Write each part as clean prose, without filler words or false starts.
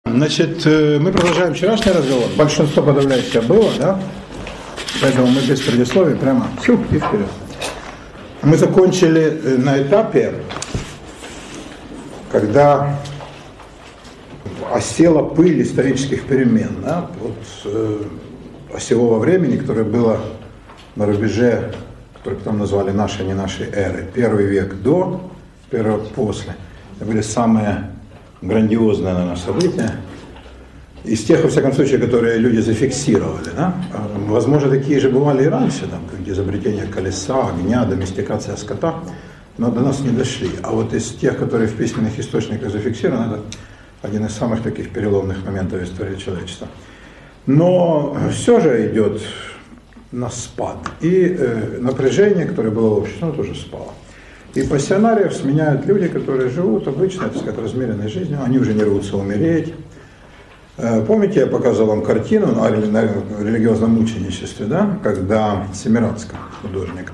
Значит, мы продолжаем вчерашний разговор. Большинство подавляющее было, да? Поэтому мы без предисловий прямо и вперед. Мы закончили на этапе, когда осела пыль исторических перемен, да? Вот, осевого времени, которое было на рубеже, который потом назвали нашей, не нашей эры. Первый век до, первый век после. Это были самые грандиозные, наверное, события. Из тех, во всяком случае, которые люди зафиксировали. Да? Возможно, такие же бывали и раньше, там, как изобретение колеса, огня, доместикация скота, но до нас не дошли. А вот из тех, которые в письменных источниках зафиксированы, это один из самых таких переломных моментов в истории человечества. Но все же идет на спад. И напряжение, которое было в обществе, тоже спало. И пассионариев сменяют люди, которые живут обычной, так сказать, размеренной жизнью. Они уже не рвутся умереть. Помните, я показывал вам картину на религиозном мученичестве, да? Когда Семирадский художник,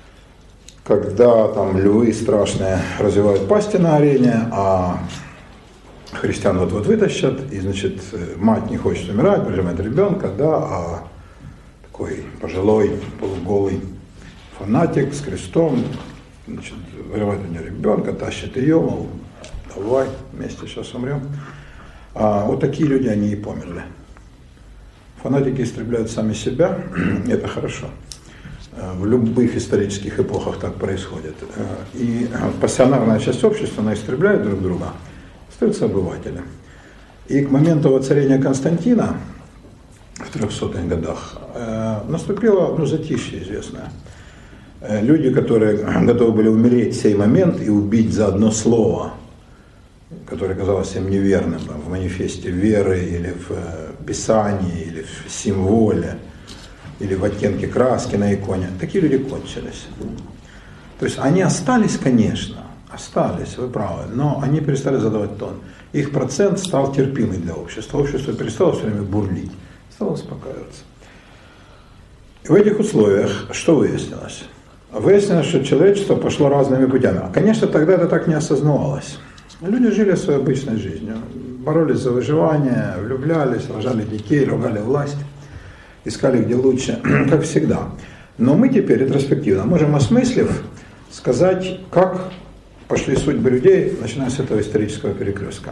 когда там львы страшные развивают пасти на арене, а христиан вот вытащат, и, значит, мать не хочет умирать, прижимает ребенка, да, а такой пожилой, полуголый фанатик с крестом, значит, вырывает у нее ребенка, тащит ее, мол, давай, вместе сейчас умрем. А вот такие люди, они и померли. Фанатики истребляют сами себя, и это хорошо. В любых исторических эпохах так происходит. И пассионарная часть общества, она истребляет друг друга, остаются обыватели. И к моменту воцарения Константина в 300-х годах наступило затишье известное. Люди, которые готовы были умереть в сей момент и убить за одно слово, которое казалось им неверным, там, в манифесте веры или в писании, или в символе, или в оттенке краски на иконе, такие люди кончились. То есть они остались, конечно, остались, вы правы, но они перестали задавать тон. Их процент стал терпимый для общества. Общество перестало все время бурлить, стало успокаиваться. И в этих условиях что выяснилось? Выяснилось, что человечество пошло разными путями. Конечно, тогда это так не осознавалось. Люди жили своей обычной жизнью, боролись за выживание, влюблялись, рожали детей, ругали власть, искали где лучше, как всегда. Но мы теперь ретроспективно можем, осмыслив, сказать, как пошли судьбы людей, начиная с этого исторического перекрестка.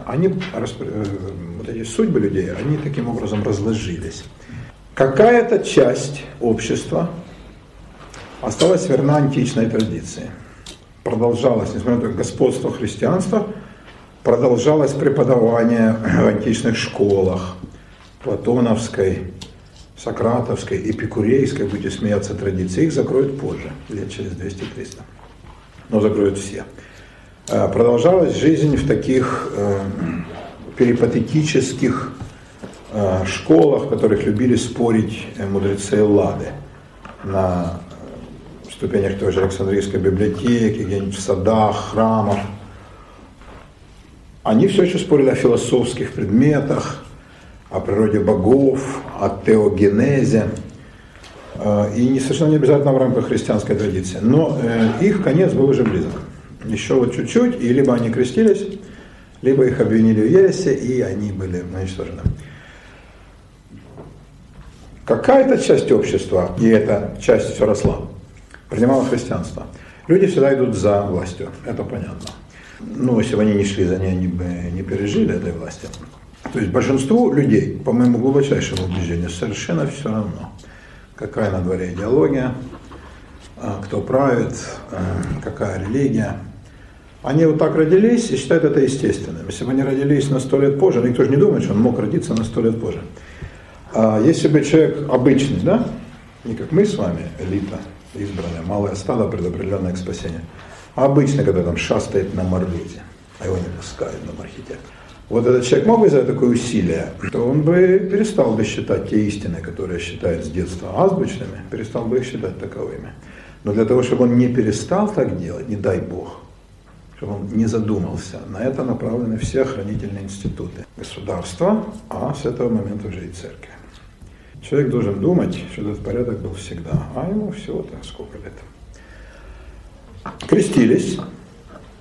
Вот эти судьбы людей, они таким образом разложились. Какая-то часть общества осталась верна античной традиции. Продолжалось, несмотря на господство христианства, продолжалось преподавание в античных школах, платоновской, сократовской, эпикурейской, будете смеяться, традиции. Их закроют позже, лет через 200-300. Но закроют все. Продолжалась жизнь в таких перипатетических школах, в которых любили спорить мудрецы Эллады. На ступенях той же Александрийской библиотеки, где-нибудь в садах, храмах. Они все еще спорили о философских предметах, о природе богов, о теогенезе. И не совершенно не обязательно в рамках христианской традиции. Но их конец был уже близок. Еще вот чуть-чуть, и либо они крестились, либо их обвинили в ереси, и они были уничтожены. Какая-то часть общества, и эта часть все росла, принимала христианство. Люди всегда идут за властью, это понятно. Но если бы они не шли за ней, они бы не пережили этой власти. То есть большинству людей, по моему глубочайшему убеждению, совершенно все равно, какая на дворе идеология, кто правит, какая религия. Они вот так родились и считают это естественным. Если бы они родились на 100 лет позже, никто же не думает, что он мог родиться на 100 лет позже. Если бы человек обычный, да, не как мы с вами, элита, избранная, малое стадо, предопределенное к спасению, а обычный, когда там шастает на морвезе, а его не пускают на архитектор. Вот этот человек мог бы сделать такое усилие, то он бы перестал бы считать те истины, которые считает с детства азбучными, перестал бы их считать таковыми. Но для того, чтобы он не перестал так делать, не дай Бог, чтобы он не задумался, на это направлены все охранительные институты государства, а с этого момента уже и церковь. Человек должен думать, что этот порядок был всегда, а ему всего-то сколько лет. Крестились,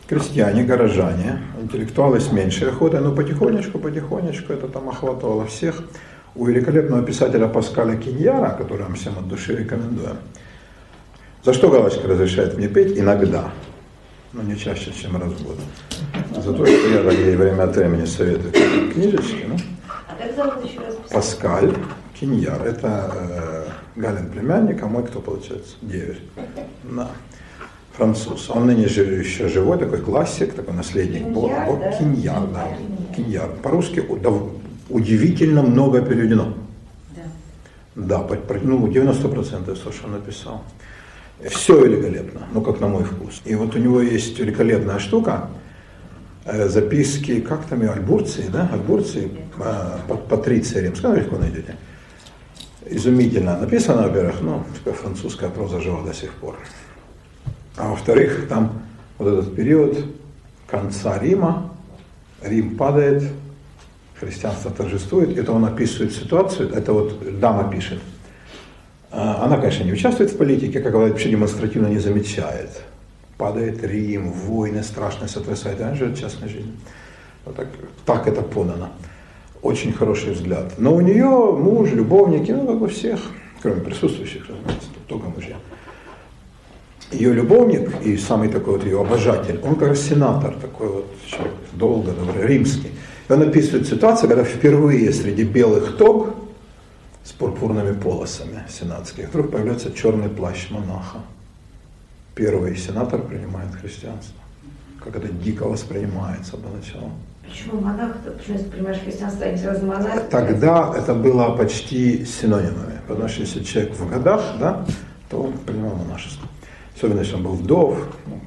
крестьяне, горожане, интеллектуалы с меньшей охотой, но потихонечку это там охватывало всех. У великолепного писателя Паскаля Киньяра, который я вам всем от души рекомендую, за что галочка разрешает мне петь? Иногда, но не чаще, чем раз в год. За то, что я ей время от времени советую книжечки. Ну? А как зовут еще раз? Паскаль Киньяр. Это Галин племянник, а мой кто получается? Деверь. Да. Француз. Он ныне еще живой, такой классик, такой наследник Бога. Вот да? Киньяр, да. Киньяр. По-русски удивительно много переведено. Да, 90% все, что он написал. Все великолепно, ну как на мой вкус. И вот у него есть великолепная штука, записки, как там ее, Альбурции, да? Альбурции, Патриция Римская, легко найдете. Изумительно написано, во-первых, ну, французская проза жива до сих пор. А во-вторых, там вот этот период конца Рима, Рим падает, христианство торжествует, это он описывает ситуацию, это вот дама пишет. Она, конечно, не участвует в политике, как говорят, вообще демонстративно не замечает. Падает Рим, войны страшные сотрясают, она живет частной жизнью. Вот так это подано. Очень хороший взгляд. Но у нее муж, любовники, ну, как у всех, кроме присутствующих, разумеется, только мужья. Ее любовник и самый такой вот ее обожатель, он как раз сенатор, такой вот человек долго, римский. И он описывает ситуацию, когда впервые среди белых тог с пурпурными полосами сенатских вдруг появляется черный плащ монаха. Первый сенатор принимает христианство. Как это дико воспринимается поначалу. Почему монах? Почему, если принимаешь христианство, они сразу монах? Тогда это было почти синонимами. Потому что если человек в годах, да, то он принимал монашество. Особенно если он был вдов.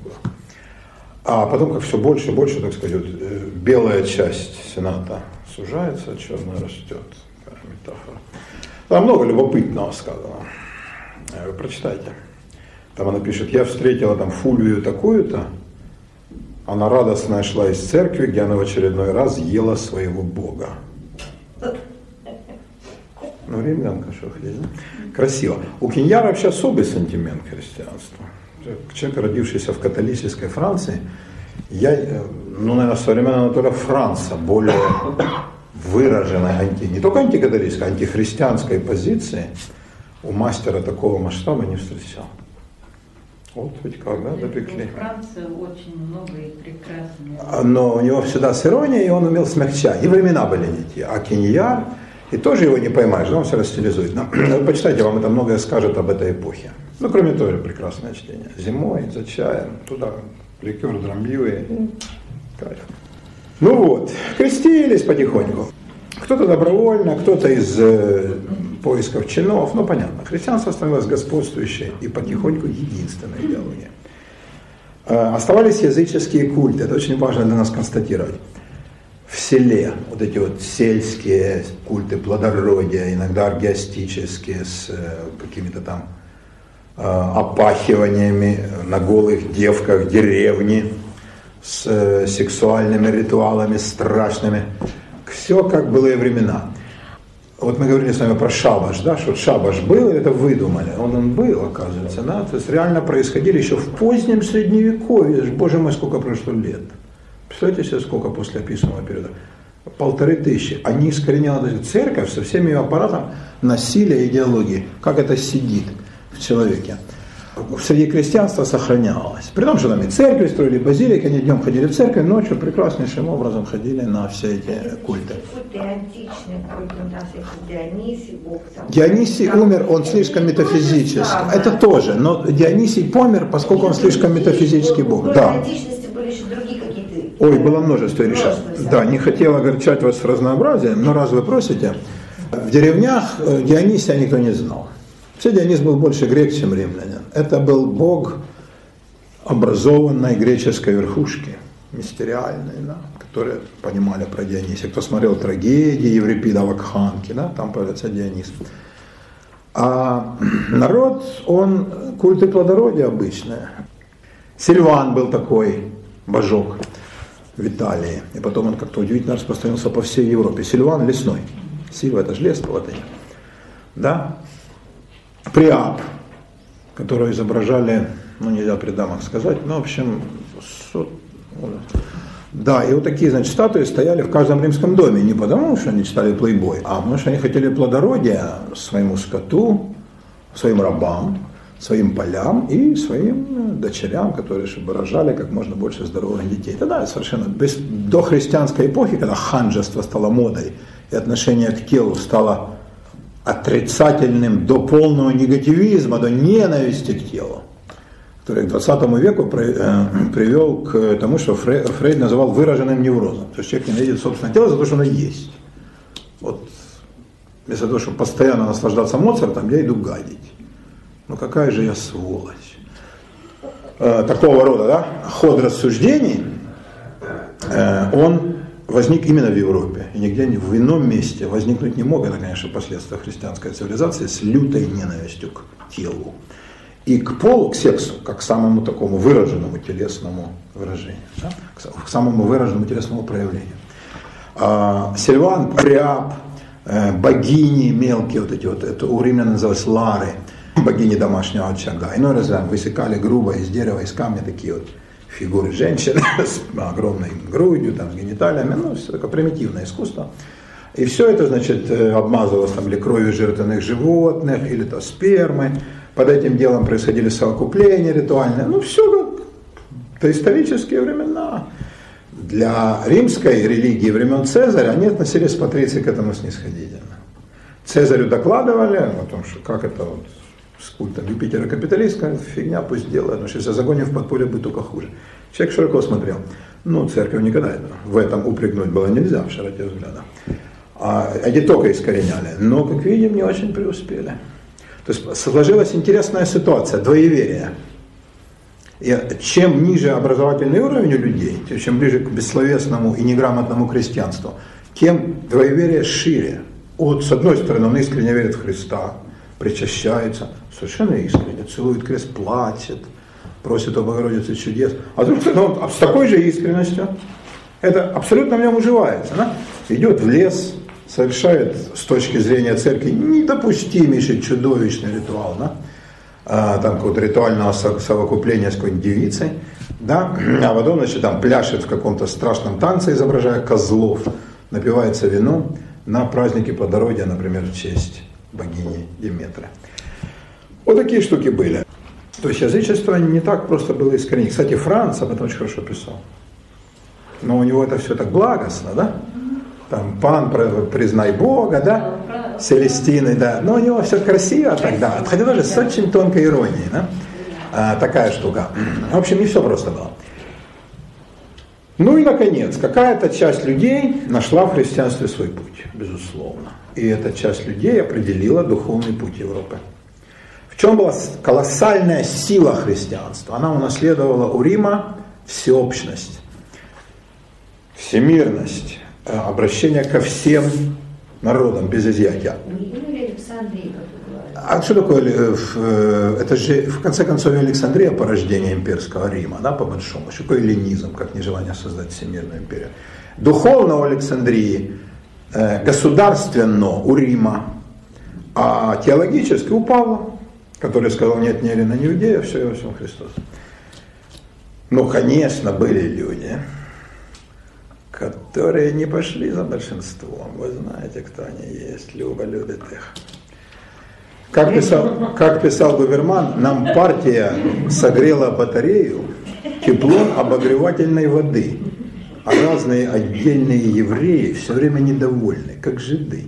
А потом, как все больше и больше, так сказать, белая часть сената сужается, черная растет. Такая метафора. Там много любопытного сказано. Вы прочитайте. Там она пишет, я встретила там Фульвию такую-то, она радостно шла из церкви, где она в очередной раз ела своего Бога. Ну, римлянка, что хотите. Красиво. У Киньяра вообще особый сантимент к христианству. Человек, родившийся в католической Франции, наверное, современная Анатолия Франца более выраженной не только антикатолической, антихристианской позиции у мастера такого масштаба не встречал. Вот ведь как, да, допекли. В Франции очень много и прекрасно. Но у него всегда с иронией, и он умел смягчать. И времена были не те. А Киньяр, и тоже его не поймаешь, да, он все растилизует. Но, почитайте, вам это многое скажет об этой эпохе. Ну, кроме того, прекрасное чтение. Зимой, за чаем, туда ликер, драмбьюи, кайф. Ну вот, крестились потихоньку. Кто-то добровольно, кто-то из поисков чинов, ну понятно. Христианство становилось господствующей и потихоньку единственной идеологией. Оставались языческие культы, это очень важно для нас констатировать. В селе вот эти вот сельские культы плодородия, иногда аргиастические, с какими-то там опахиваниями на голых девках деревни, с сексуальными ритуалами страшными. Все как былые времена. Вот мы говорили с вами про шабаш, да, что шабаш был, или это выдумали? Он был, оказывается, да, то есть реально происходили еще в позднем средневековье, боже мой, сколько прошло лет. Представляете себе, сколько после описанного периода? 1500. Они искореняли церковь со всем ее аппаратом насилия и идеологии. Как это сидит в человеке. Среди крестьянства сохранялось. При том, что там и церкви строили, базилики, они днем ходили в церковь, ночью прекраснейшим образом ходили на все эти культы. Дионисий умер, он слишком метафизический. Это тоже, но Дионисий помер, поскольку он слишком метафизический бог. Да. Ой, было множество решений. Да, не хотел огорчать вас с разнообразием, но раз вы просите, в деревнях Дионисия никто не знал. Вообще Дионис был больше грек, чем римлянин. Это был бог образованной греческой верхушки, мистериальной, да, которые понимали про Дионисия. Кто смотрел трагедии Еврипида Вакханки, да, там появляется Дионис. А народ, он культы плодородия обычные. Сильван был такой божок в Италии. И потом он как-то удивительно распространился по всей Европе. Сильван лесной. Сильва — это же лес по латыни. Да? Приап, которого изображали, ну нельзя при дамах сказать, но в общем Да, и вот такие, значит, статуи стояли в каждом римском доме, не потому, что они читали плейбой, а потому, что они хотели плодородия своему скоту, своим рабам, своим полям и своим дочерям, которые чтобы рожали как можно больше здоровых детей. Тогда совершенно до христианской эпохи, когда ханжество стало модой, и отношение к телу стало отрицательным до полного негативизма, до ненависти к телу, который к 20 веку привел к тому, что Фрейд называл выраженным неврозом. То есть человек ненавидит собственное тело за то, что оно есть. Вот вместо того, чтобы постоянно наслаждаться Моцартом, я иду гадить. Ну какая же я сволочь. Такого рода, да, ход рассуждений, он возник именно в Европе. И нигде в ином месте возникнуть не мог. Это, конечно, последствия христианской цивилизации с лютой ненавистью к телу. И к полу, к сексу, как к самому такому выраженному телесному выражению, да? К самому выраженному телесному проявлению. Сильван, Приап, богини мелкие, вот эти вот, это у римлян называлось лары, богини домашнего очага. Иной раз высекали грубо из дерева, из камня такие вот фигуры женщин с огромной грудью, там, с гениталиями, ну, все такое примитивное искусство. И все это, значит, обмазывалось там или кровью жертвенных животных, или то спермой. Под этим делом происходили совокупления ритуальные. Ну, все как доисторические времена. Для римской религии времен Цезаря они относились патриции к этому снисходительно. Цезарю докладывали о том, что как это вот с культом Юпитера капиталистка, фигня пусть делает, но если загоним в подполье, будет только хуже. Человек широко смотрел. Ну, церковь никогда в этом упрекнуть было нельзя, в широте взгляда. Они только искореняли, но, как видим, не очень преуспели. То есть сложилась интересная ситуация, двоеверие. И чем ниже образовательный уровень у людей, чем ближе к бессловесному и неграмотному крестьянству, тем двоеверие шире. Вот, с одной стороны, он искренне верит в Христа, причащается, совершенно искренне, целует крест, плачет, просит у Богородицы чудес. А с другой стороны, он с такой же искренностью, это абсолютно в нем уживается. Да? Идет в лес, совершает с точки зрения церкви недопустимейший чудовищный ритуал, да? Там какого-то ритуального совокупления с какой-нибудь девицей, да? А потом, значит, там пляшет в каком-то страшном танце, изображая козлов, напивается вином на празднике плодородия, например, в честь богини Деметры. Вот такие штуки были. То есть язычество не так просто было искоренить. Кстати, Франц об этом очень хорошо писал. Но у него это все так благостно, да? Там пан, признай Бога, да? Селестины, да. Но у него все красиво тогда. Хотя даже с очень тонкой иронией, да? Такая штука. В общем, не все просто было. Ну и, наконец, какая-то часть людей нашла в христианстве свой путь, безусловно. И эта часть людей определила духовный путь Европы. В чем была колоссальная сила христианства? Она унаследовала у Рима всеобщность, всемирность, обращение ко всем народам без изъятия. А что такое? Это же, в конце концов, Александрия порождение имперского Рима, да, по большому. Что такое эллинизм, как нежелание создать всемирную империю? Духовно у Александрии, государственно у Рима, а теологически у Павла, который сказал: нет ни Елена, ни Иудея, все и во всем Христос. Ну, конечно, были люди, которые не пошли за большинством. Вы знаете, кто они есть. Люба любит их. Как писал Губерман, нам партия согрела батарею теплом обогревательной воды, а разные отдельные евреи все время недовольны, как жиды.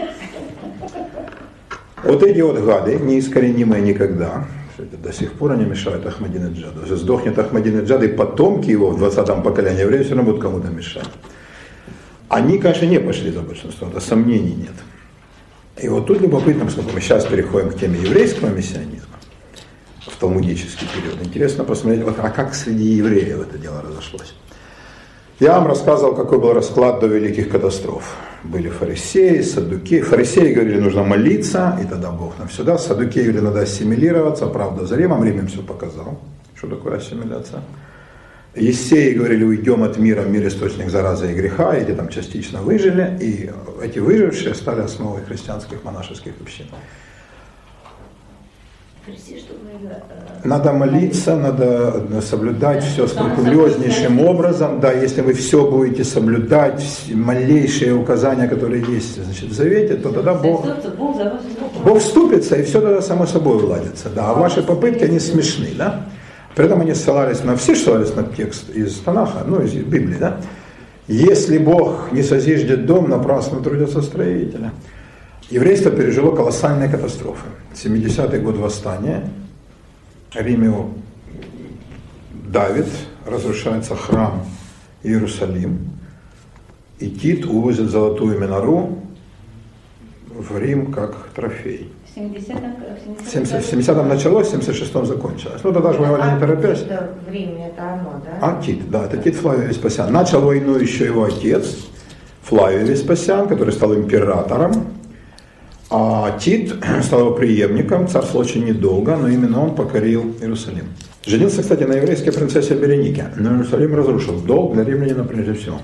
Вот эти вот гады, неискоренимые никогда, до сих пор они мешают Ахмадинеджаду. Если сдохнет Ахмадинеджад, и потомки его в 20-м поколении евреев все равно будут кому-то мешать. Они, конечно, не пошли за большинство, это сомнений нет. И вот тут любопытно, поскольку мы сейчас переходим к теме еврейского мессианизма в талмудический период, интересно посмотреть, вот, а как среди евреев это дело разошлось. Я вам рассказывал, какой был расклад до великих катастроф. Были фарисеи, саддукеи. Фарисеи говорили, нужно молиться, и тогда Бог нам сюда. Саддукеи говорили, надо ассимилироваться, правда за Римом. Рим им все показал, что такое ассимиляция. Ессеи говорили, уйдем от мира, мир источник заразы и греха, эти там частично выжили, и эти выжившие стали основой христианских монашеских общин. Фарисей, чтобы Надо молиться, надо соблюдать все скрупулезнейшим образом. Да, если вы все будете соблюдать, малейшие указания, которые есть, значит, в завете, то тогда Бог вступится, и все тогда само собой уладится. Да. А ваши попытки, они смешны. Да? При этом они все ссылались на текст из Танаха, из Библии. Да? Если Бог не созиждет дом, напрасно трудятся строители. Еврейство пережило колоссальные катастрофы. 70-й год восстания, Рим его давит, разрушается храм Иерусалим, и Тит увозит золотую минору в Рим как трофей. В 70-м началось, в 76-м закончилось. Тогда же воевали не торопясь. В Риме это оно, да? Тит, да, это Тит Флавий Веспасиан. Начал войну еще его отец, Флавий Веспасиан, который стал императором. А Тит стал его преемником, царствовал очень недолго, но именно он покорил Иерусалим. Женился, кстати, на еврейской принцессе Беренике, но Иерусалим разрушил. Долг для римлянина прежде всего.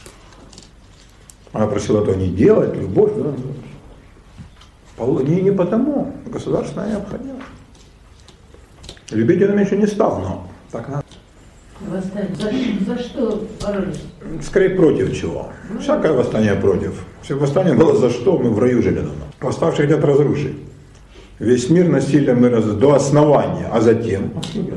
Она просила этого не делать, любовь. Да. Не потому, государственная необходимость. Любить он еще не стал, но так надо. За что боролись? Скорее против чего. Всякое восстание против. Все восстание было за что, мы в раю жили давно. Восставших хотят разрушить. Весь мир насилием мы до основания, а затем.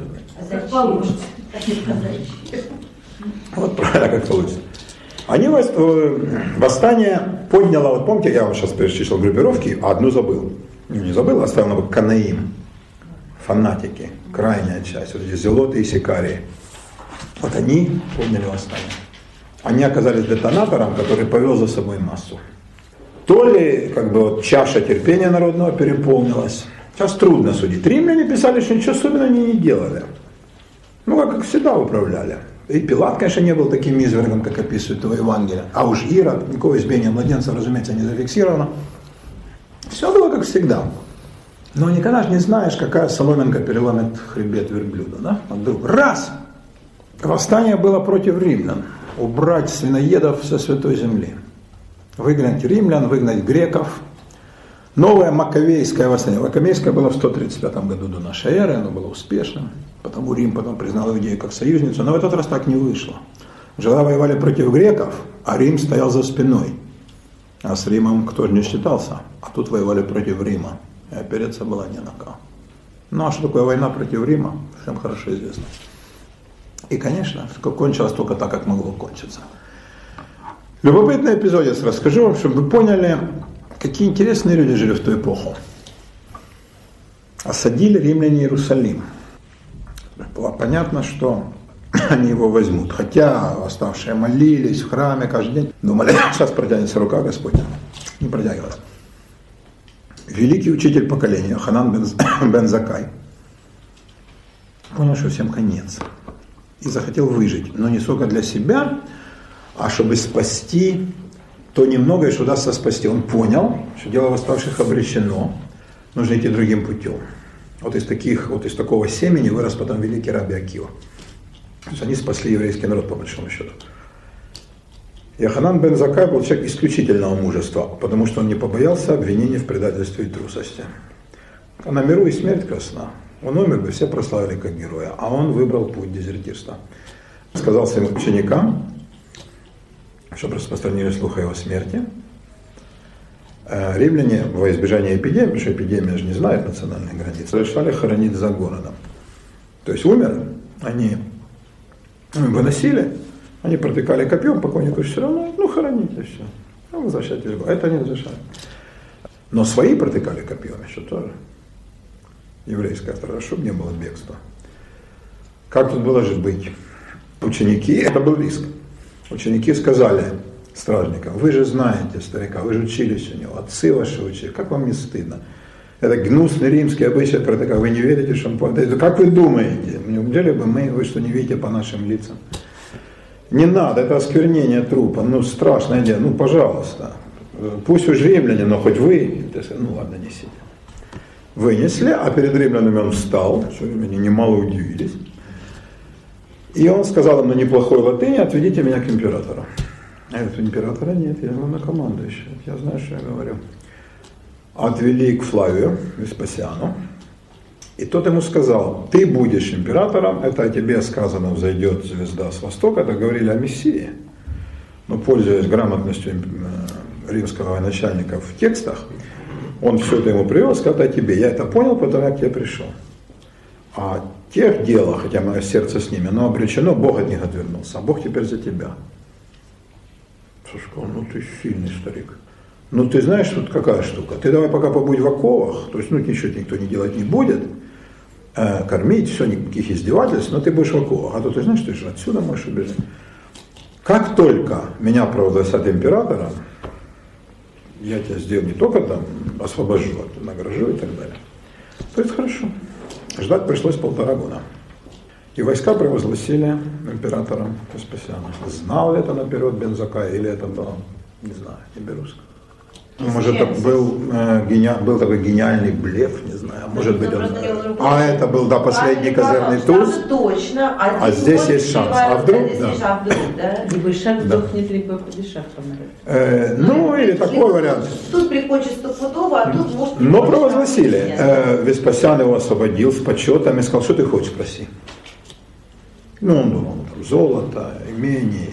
Вот правильно, как получится. Они восстание подняло, вот помните, я вам сейчас перечислил группировки, а одну забыл. Не забыл, оставил на Канаим. Фанатики, крайняя часть, вот эти зелоты и сикарии. Вот они подняли восстание. Они оказались детонатором, который повел за собой массу. То ли чаша терпения народного переполнилась. Сейчас трудно судить. Римляне писали, что ничего особенного они не делали. Как всегда управляли. И Пилат, конечно, не был таким извергом, как описывает его Евангелие. А уж Ирод, никакого избиения младенцев, разумеется, не зафиксировано. Все было как всегда. Но никогда же не знаешь, какая соломинка переломит хребет верблюда. Да? Вдруг раз! Восстание было против римлян. Убрать свиноедов со святой земли. Выгнать римлян, выгнать греков. Новое Маковейское восстание. Маковейское было в 135 году до нашей эры, оно было успешным. Потому Рим потом признал Иудею как союзницу. Но в этот раз так не вышло. Жила воевали против греков, а Рим стоял за спиной. А с Римом кто же не считался? А тут воевали против Рима. И опереться было не на кого. Ну а что такое война против Рима, всем хорошо известно. И, конечно, кончилось только так, как могло кончиться. Любопытный эпизод я расскажу вам, чтобы вы поняли, какие интересные люди жили в ту эпоху. Осадили римляне Иерусалим. Было понятно, что они его возьмут. Хотя восставшие молились в храме каждый день. Думали, сейчас протянется рука Господня. Не протягивалась. Великий учитель поколения Ханан бен Заккай понял, что всем конец. И захотел выжить. Но не столько для себя, а чтобы спасти то немногое, что удастся спасти. Он понял, что дело восставших обречено. Нужно идти другим путем. Вот из такого семени вырос потом великий Раби Акива. То есть они спасли еврейский народ, по большому счету. И Ханан бен Заккай был человек исключительного мужества, потому что он не побоялся обвинений в предательстве и трусости. А на миру и смерть красна. Он умер бы, все прославили как героя, а он выбрал путь дезертирства. Сказал своим ученикам, чтобы распространили слух о его смерти. Римляне во избежание эпидемии, потому что эпидемия же не знает национальных границ, решали хоронить за городом. То есть умер, они выносили, они протыкали копьем, покойнику все равно, хороните все, возвращайте его. Это они разрешали. Но свои протыкали копьем еще тоже. Еврейская сторона, чтобы не было бегства. Как тут было же быть? Ученики, это был риск. Ученики сказали стражникам: вы же знаете старика, вы же учились у него, отцы ваши учили, как вам не стыдно? Это гнусный римский обычай протыкать, вы не верите, что он помнит? Как вы думаете? Неужели бы вы что не видите по нашим лицам? Не надо, это осквернение трупа, страшное дело, пожалуйста. Пусть уж римляне, но хоть вы, ладно, несите. Вынесли, а перед римлянами он встал, что римляне немало удивились. И он сказал им на неплохой латыни: отведите меня к императору. А я говорю: императора нет, я главнокомандующий, я знаю, что я говорю. Отвели к Флавию Веспасиану. И тот ему сказал: ты будешь императором, это о тебе сказано, взойдет звезда с востока, это говорили о Мессии. Но пользуясь грамотностью римского начальника в текстах, он все это ему привел, сказал: это о тебе. Я это понял, потом я к тебе пришел. А тех дело, хотя мое сердце с ними, но обречено, Бог от них отвернулся, а Бог теперь за тебя. Сказал: ну ты сильный старик. Ну ты знаешь, тут какая штука, ты давай пока побудь в оковах, то есть ничего никто не делать не будет, кормить, все, никаких издевательств, но ты будешь в оковах, а то ты знаешь, ты же отсюда можешь убежать. Как только меня провозгласят императором, я тебя сделаю не только там освобожу, а награжу и так далее. То есть хорошо. Ждать пришлось 1,5 года. И войска провозгласили императором Веспасиана. Знал ли это наперед Бензакай, или это было, не знаю, не берусь. Может, это был такой гениальный блеф, не знаю, может быть, он... это был, да, последний козырный туз. Точно, а здесь есть шанс. А вдруг, да. Либо шаг сдохнет, либо падишах помрет. Ну, или такой вариант. Тут приходит стопудово, а тут может... Но провозгласили. Веспасиан его освободил с почетом и сказал: что ты хочешь, проси. Ну, он думал, там, золото, имений.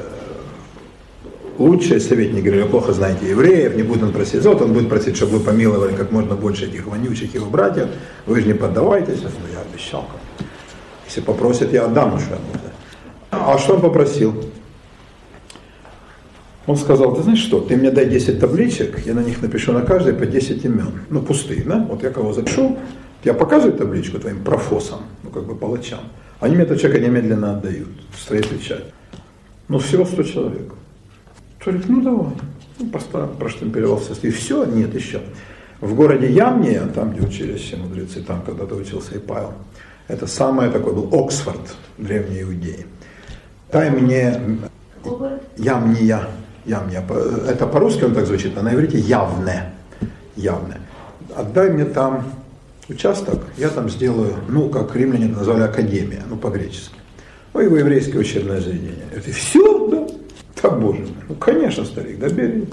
Лучшие советники говорили: вы плохо знаете евреев, не будет он просить золото, он будет просить, чтобы вы помиловали как можно больше этих вонючих его братьев, вы же не поддавайтесь. Ну, я обещал. Если попросят, я отдам уж. А что он попросил? Он сказал: ты знаешь что, ты мне дай 10 табличек, я на них напишу на каждой по 10 имен. Ну, пустые, да? Вот я кого запишу, я показываю табличку твоим профосам, ну, как бы палачам. Они мне этого человека немедленно отдают, стоит печать. Ну, всего 100 человек. Говорит: ну давай. Ну, проштемпелировался. И все? Нет, еще. В городе Ямния, там, где учились все мудрецы, там когда-то учился и Павел, это самое такое был Оксфорд, древней Иудеи. Дай мне Ямния. Это по-русски он так звучит, а на иврите явне. Отдай мне там участок, я там сделаю, ну, как римляне это назвали, академия, ну, по-гречески. Ну, его еврейское учебное заведение. Это все, да? Так, Боже мой. Ну, конечно, старик, да бери.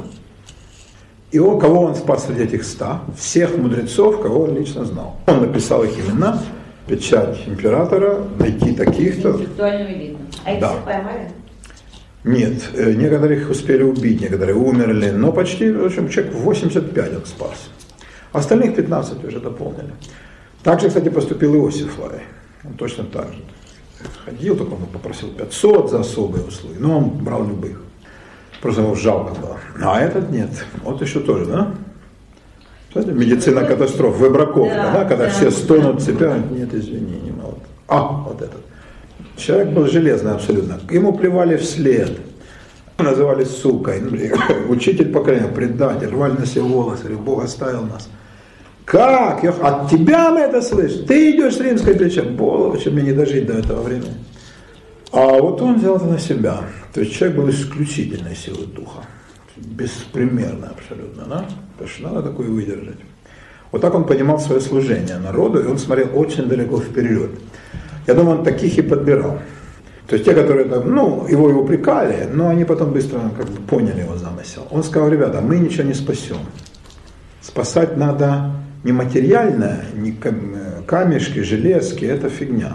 И кого он спас среди этих 100? Всех мудрецов, кого он лично знал. Он написал их имена, печать императора, найти таких-то. Интеллектуальную элиту. А их всех поймали? Нет, некоторых успели убить, некоторые умерли, но почти, в общем, человек 85 он спас. Остальных 15 уже дополнили. Так же, кстати, поступил Иосиф Флавий. Он точно так же. Ходил, только он попросил 500 за особые услуги, но он брал любых. Просто его жалко было. А этот нет. Вот еще тоже, да? Знаете, медицина катастроф, выбраковка, да? Когда все стонут, цепят, нет, извини, не могу. Вот этот. Человек был железный абсолютно. Ему плевали вслед. Называли сукой. Учитель поколения, предатель, рвали на себе волосы, Бог оставил нас. Как? От тебя мы это слышим? Ты идешь с римской печатью. Боже, чем мне не дожить до этого времени. А вот он взял это на себя. То есть человек был исключительной силы духа. Беспримерно абсолютно, да? Потому что надо такое выдержать. Вот так он понимал свое служение народу, и он смотрел очень далеко вперед. Я думаю, он таких и подбирал. То есть те, которые его и упрекали, но они потом быстро как бы поняли его замысел. Он сказал: ребята, мы ничего не спасем. Спасать надо не материальное, не камешки, железки, это фигня.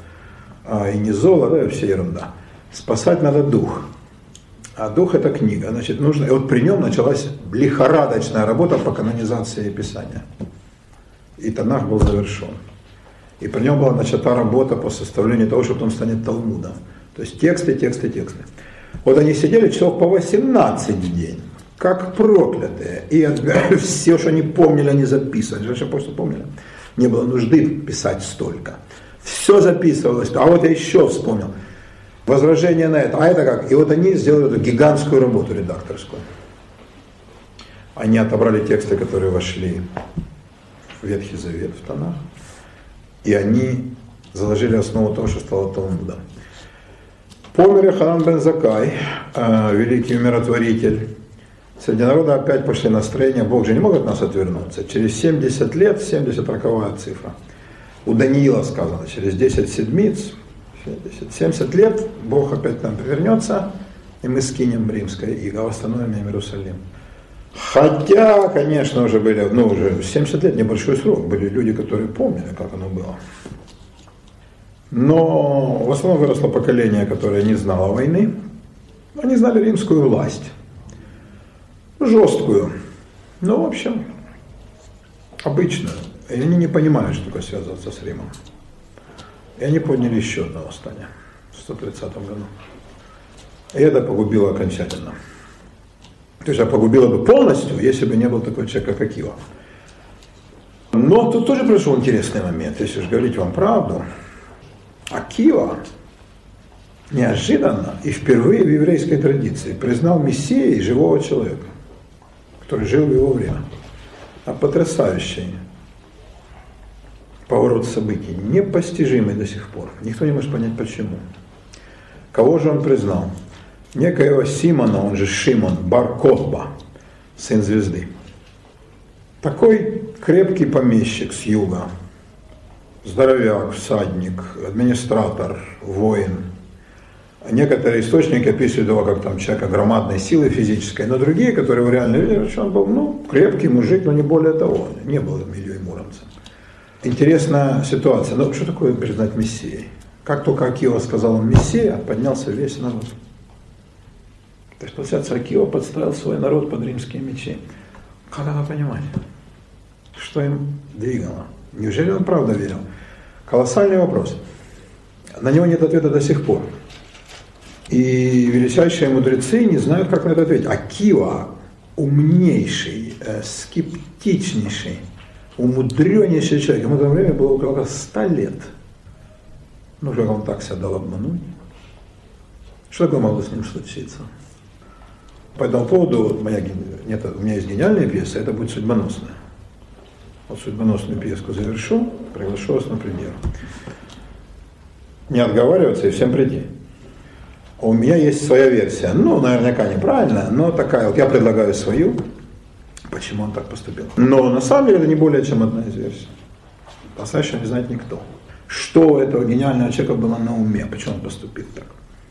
И не золото, это все ерунда. Спасать надо дух. А дух это книга. Значит, нужно. И вот при нем началась лихорадочная работа по канонизации Писания. И Танах был завершен. И при нем была начата работа по составлению того, что потом станет Талмудом. То есть тексты. Вот они сидели часов по 18 в день, как проклятые. И все, что они помнили, они записывали. Раньше просто помнили. Не было нужды писать столько. Все записывалось. А вот я еще вспомнил. Возражение на это. А это как? И вот они сделали эту гигантскую работу редакторскую. Они отобрали тексты, которые вошли в Ветхий Завет, в Танах. И они заложили основу того, что стало Талмудом. Помер Йоханан бен Заккай, великий умиротворитель. Среди народа опять пошли настроения. Бог же не может от нас отвернуться. Через 70 лет, 70 роковая цифра. У Даниила сказано, через 10 седмиц, 70 лет Бог опять к нам повернется, и мы скинем римское иго, восстановим Иерусалим. Хотя, конечно, уже были, уже 70 лет небольшой срок, были люди, которые помнили, как оно было. Но в основном выросло поколение, которое не знало войны. Они знали римскую власть. Жесткую. В общем, обычную. И они не понимали, что такое связываться с Римом. И они подняли еще одно восстание в 130 году. И это погубило окончательно. То есть погубило бы полностью, если бы не был такой человек, как Акива. Но тут тоже произошел интересный момент, если же говорить вам правду. Акива неожиданно и впервые в еврейской традиции признал Мессией живого человека, который жил в его время. Потрясающий поворот событий, непостижимый до сих пор. Никто не может понять почему. Кого же он признал? Некоего Симона, он же Шимон, бар Кохба, сын звезды. Такой крепкий помещик с юга, здоровяк, всадник, администратор, воин. Некоторые источники описывают его как там человека громадной силы физической, но другие, которые его реально видели, что он был крепкий мужик, но не более того, не был Ильей Муромцем. Интересная ситуация. Что такое признать Мессией? Как только Акива сказал он Мессия, поднялся весь народ. То есть, получается, Акива подставил свой народ под римские мечи. Как это понимать? Что им двигало? Неужели он правда верил? Колоссальный вопрос. На него нет ответа до сих пор. И величайшие мудрецы не знают, как на это ответить. Акива умнейший, скептичнейший, умудреннейший человек. Ему в то время было около 100 лет. Как он так себя дал обмануть? Что такое могло с ним случиться? По этому поводу у меня есть гениальная пьеса, это будет судьбоносная. Вот судьбоносную пьеску завершу, приглашу вас на премьеру. Не отговариваться и всем прийти. У меня есть своя версия, наверняка неправильная, но такая, вот я предлагаю свою, почему он так поступил. Но на самом деле это не более чем одна из версий. По-настоящему не знает никто. Что у этого гениального человека было на уме, почему он поступил так.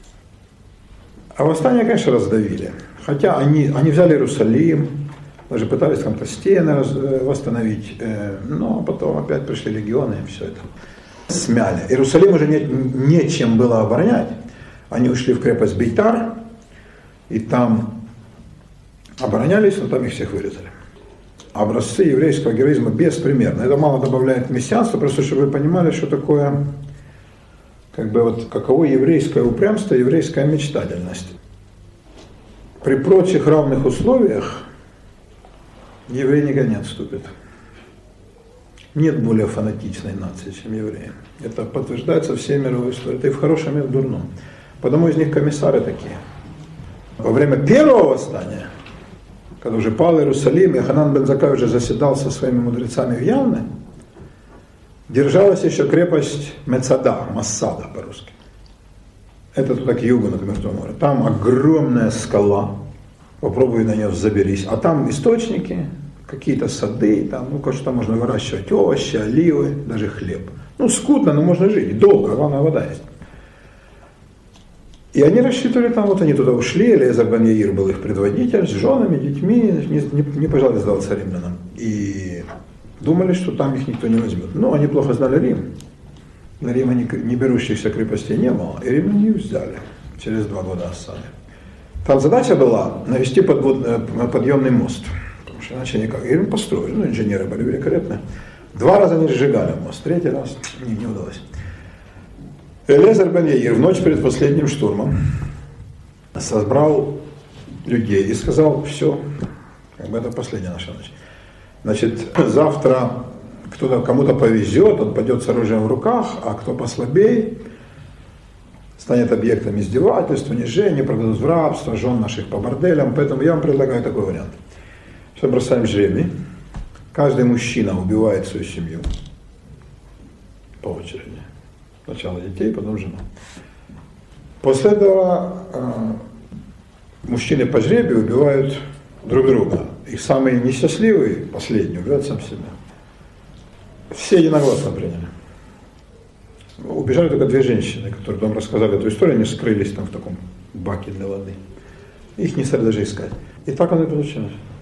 А восстание, конечно, раздавили. Хотя они взяли Иерусалим, даже пытались там-то стены восстановить, но потом опять пришли легионы и все это смяли. Иерусалим уже нечем было оборонять. Они ушли в крепость Бейтар, и там оборонялись, но там их всех вырезали. Образцы еврейского героизма беспримерны. Это мало добавляет к мессианству, просто чтобы вы понимали, что такое, каково еврейское упрямство, еврейская мечтательность. При прочих равных условиях еврей никогда не отступит. Нет более фанатичной нации, чем евреи. Это подтверждается всей мировой историей. Это и в хорошем, и в дурном. Потому из них комиссары такие. Во время первого восстания, когда уже пал Иерусалим, и Ханан бен Заккай уже заседал со своими мудрецами в Явне, держалась еще крепость Мецада, Массада по-русски. Это туда к югу, над Мертвым морем. Там огромная скала, попробуй на нее заберись. А там источники, какие-то сады, там, что можно выращивать, овощи, оливы, даже хлеб. Скудно, но можно жить, долго, главное, вода есть. И они рассчитывали там, они туда ушли, Элиэзер бен Яир был их предводитель, с женами, детьми, не пожелали сдаться римлянам. И думали, что там их никто не возьмет. Но они плохо знали Рим. На Рима не берущихся крепостей не было, и римляне их взяли через 2 года осады. Там задача была навести подъемный мост, потому что иначе никак. И Рим построили, инженеры были великолепны. 2 раза не сжигали мост, 3-й раз не удалось. Элиэзер бен Яир в ночь перед последним штурмом собрал людей и сказал: все, это последняя наша ночь. Значит, завтра кому-то повезет, он пойдет с оружием в руках, а кто послабее, станет объектом издевательств, унижения, продадут в рабство, жен наших по борделям. Поэтому я вам предлагаю такой вариант. Все, бросаем жребий. Каждый мужчина убивает свою семью по очереди. Сначала детей, потом жену. После этого мужчины по жребию убивают друг друга. И самый несчастливый, последний, убивает сам себя. Все единогласно приняли. Убежали только 2 женщины, которые нам рассказали эту историю, они скрылись там в таком баке для воды. Их не стали даже искать. И так оно и получилось.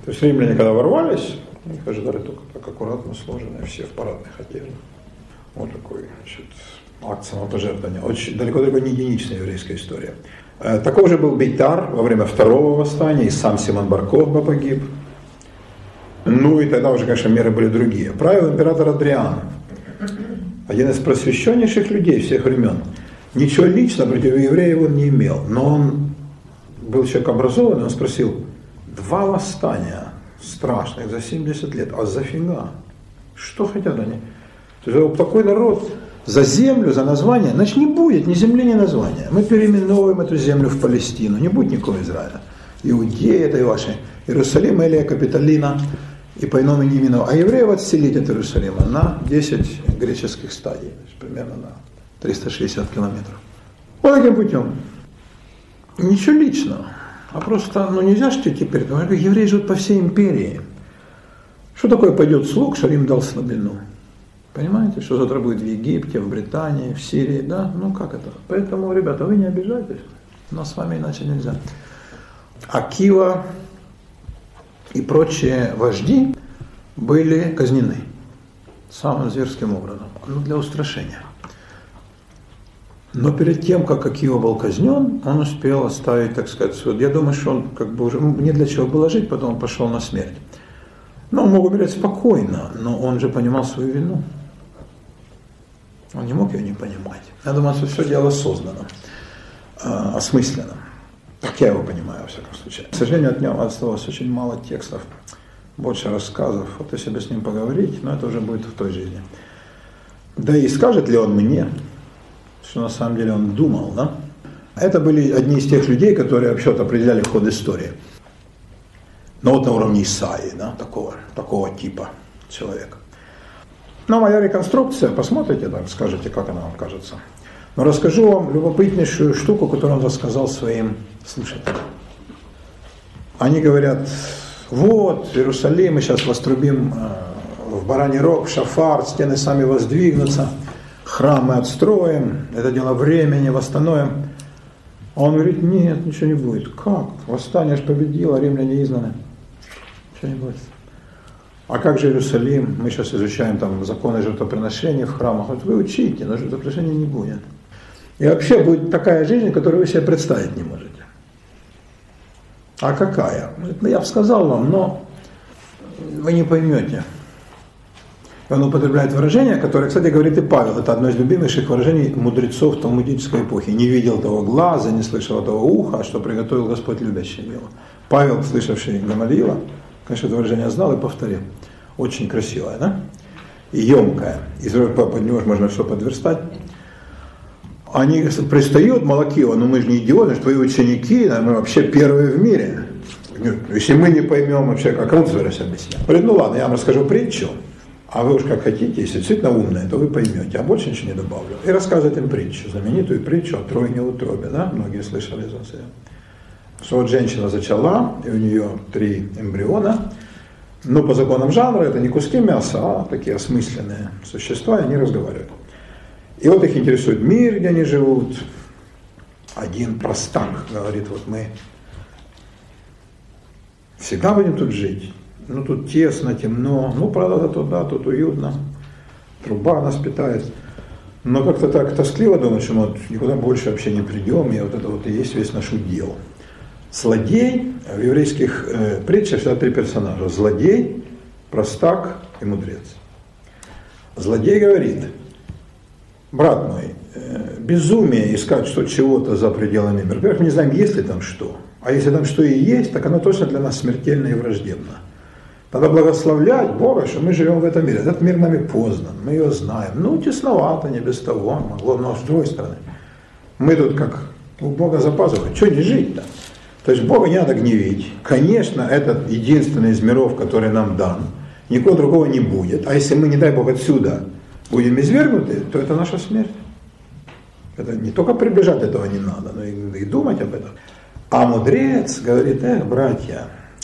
То есть римляне, когда ворвались, их ожидали только так аккуратно сложенные, все в парадных одеждах. Вот такой, значит, акт самопожертвования. Очень далеко-далеко не единичная еврейская история. Такой же был Бейтар во время второго восстания, и сам Симон бар Кохба погиб. Ну и тогда уже, конечно, меры были другие. Правил император Адриан, один из просвещеннейших людей всех времен. Ничего личного против евреев он не имел, но он был человек образованный, он спросил: 2 восстания страшных за 70 лет, а зафига? Что хотят они? То есть такой народ за землю, за название, значит не будет ни земли, ни названия. Мы переименуем эту землю в Палестину, не будет никакого Израиля. Иудея это и ваши, Иерусалим, Элия, Капитолина и по иному не именовал. А евреев отселить от Иерусалима на 10 греческих стадий, примерно на 360 километров. Вот таким путем. Ничего личного. А просто, нельзя же теперь, евреи живут по всей империи. Что такое пойдет слух, что Рим дал слабину? Понимаете, что завтра будет в Египте, в Британии, в Сирии, да? Как это? Поэтому, ребята, вы не обижайтесь, но с вами иначе нельзя. Акива и прочие вожди были казнены самым зверским образом, для устрашения. Но перед тем, как Акива был казнен, он успел оставить, так сказать, суд. Я думаю, что он уже не для чего было жить, потом он пошел на смерть. Он мог умереть спокойно, но он же понимал свою вину. Он не мог ее не понимать. Я думаю, что все дело осознанно, осмысленно. Так я его понимаю, во всяком случае. К сожалению, от него осталось очень мало текстов, больше рассказов. Вот если бы с ним поговорить, но это уже будет в той жизни. Да и скажет ли он мне, что на самом деле он думал, да? Это были одни из тех людей, которые вообще-то определяли ход истории. Но вот на уровне Исаии, да, такого типа человека. Но моя реконструкция, посмотрите, так, скажете, как она вам кажется. Но расскажу вам любопытнейшую штуку, которую он рассказал своим слушателям. Они говорят: вот, Иерусалим, мы сейчас вострубим в бараний рог, в шафар, стены сами воздвигнутся, храм мы отстроим, это дело времени, восстановим. А он говорит: нет, ничего не будет. Как? Восстание же победило, римляне изгнаны. Ничего не будет. А как же Иерусалим? Мы сейчас изучаем там законы жертвоприношения в храмах. Вот вы учите, но жертвоприношения не будет. И вообще будет такая жизнь, которую вы себе представить не можете. А какая? Я бы сказал вам, но вы не поймете. И он употребляет выражение, которое, кстати, говорит и Павел. Это одно из любимейших выражений мудрецов талмудической эпохи. Не видел того глаза, не слышал того уха, что приготовил Господь любящим его. Павел, слышавший Гамалиила, конечно, это выражение знал и повторил. Очень красивое, да? И емкое. Из под него можно все подверстать. Они пристают, Малакио: мы же не идиоты, что твои ученики, мы вообще первые в мире. Если мы не поймем вообще, как он собирается объяснять. Говорит: ладно, я вам расскажу притчу, а вы уж как хотите, если действительно умные, то вы поймете, а больше ничего не добавлю. И рассказывает им притчу, знаменитую притчу о тройне утробе, да? Многие слышали за это. Что вот женщина зачала, и у нее 3 эмбриона, но по законам жанра это не куски мяса, а такие осмысленные существа, и они разговаривают. И вот их интересует мир, где они живут. Один простак говорит: вот мы всегда будем тут жить. Тут тесно, темно, правда, тут уютно, труба нас питает. Но как-то так тоскливо думать, что мы никуда больше вообще не придем, и вот это вот и есть весь наш удел. Злодей, в еврейских притчах всегда 3 персонажа: злодей, простак и мудрец. Злодей говорит: брат мой, безумие искать чего-то за пределами мира. Во-первых, мы не знаем, есть ли там что. А если там что и есть, так оно точно для нас смертельно и враждебно. Надо благословлять Бога, что мы живем в этом мире. Этот мир нами познан, мы его знаем. Тесновато, не без того, могло, но с другой стороны. Мы тут как у Бога за пазухой. Что не жить-то? То есть Бога не надо гневить. Конечно, это единственный из миров, который нам дан. Никакого другого не будет. А если мы, не дай Бог, отсюда будем извергнуты, то это наша смерть. Это не только приближать этого не надо, но и думать об этом. А мудрец говорит: братья,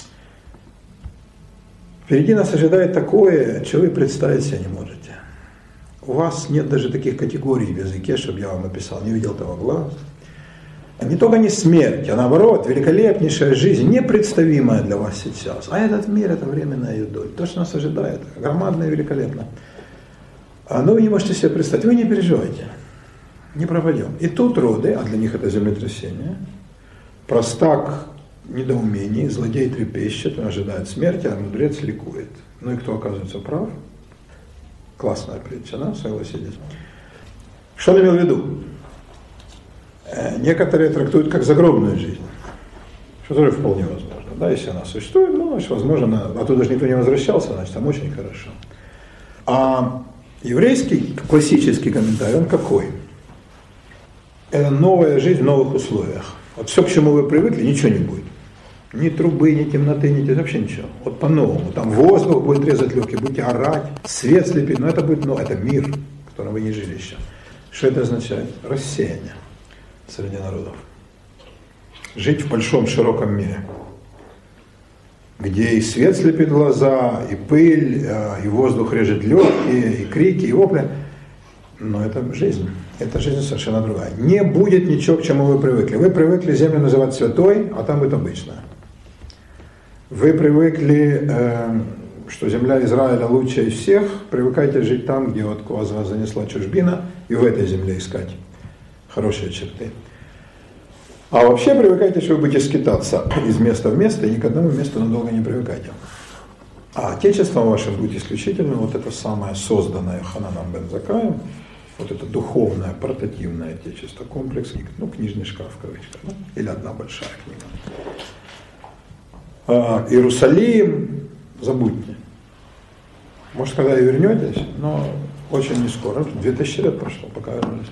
впереди нас ожидает такое, чего вы представить себе не можете. У вас нет даже таких категорий в языке, чтобы я вам описал. Не видел того глаз, Не только не смерть, а наоборот, великолепнейшая жизнь, непредставимая для вас сейчас. А этот мир – это временная ее доля. То, что нас ожидает, громадно и великолепно. Но вы не можете себе представить, вы не переживайте, не пропадем. И тут роды, а для них это землетрясение, простак недоумений, злодей трепещет, он ожидает смерти, а мудрец ликует. Ну и кто оказывается прав? Классная притча, да, согласитесь? Что он имел в виду? Некоторые трактуют как загробную жизнь, что тоже вполне возможно. Да, если она существует, ну, значит, возможно, оттуда же никто не возвращался, значит, там очень хорошо. А еврейский классический комментарий, он какой? Это новая жизнь в новых условиях. Вот все, к чему вы привыкли, ничего не будет. Ни трубы, ни темноты, вообще ничего. Вот по-новому. Там воздух будет резать легкие, будете орать, свет слепить, но это будет, это мир, в котором вы не жили еще. Что это означает? Рассеяние среди народов. Жить в большом, широком мире, где и свет слепит глаза, и пыль, и воздух режет легкие, и крики, и вопли. Но это жизнь. Это жизнь совершенно другая. Не будет ничего, к чему вы привыкли. Вы привыкли землю называть святой, а там будет обычная. Вы привыкли, что земля Израиля лучшая из всех, привыкайте жить там, где вот вас занесла чужбина, и в этой земле искать хорошие черты. А вообще привыкайте, что вы будете скитаться из места в место, и ни к одному месту надолго не привыкайте. А отечеством вашим будет исключительно вот это самое созданное Хананом бен Заккаем, вот это духовное, портативное отечество, комплекс книг, книжный шкаф в кавычках, или одна большая книга. Иерусалим, забудьте. Может, когда и вернетесь, но очень не скоро, 2000 лет прошло, пока вернулись.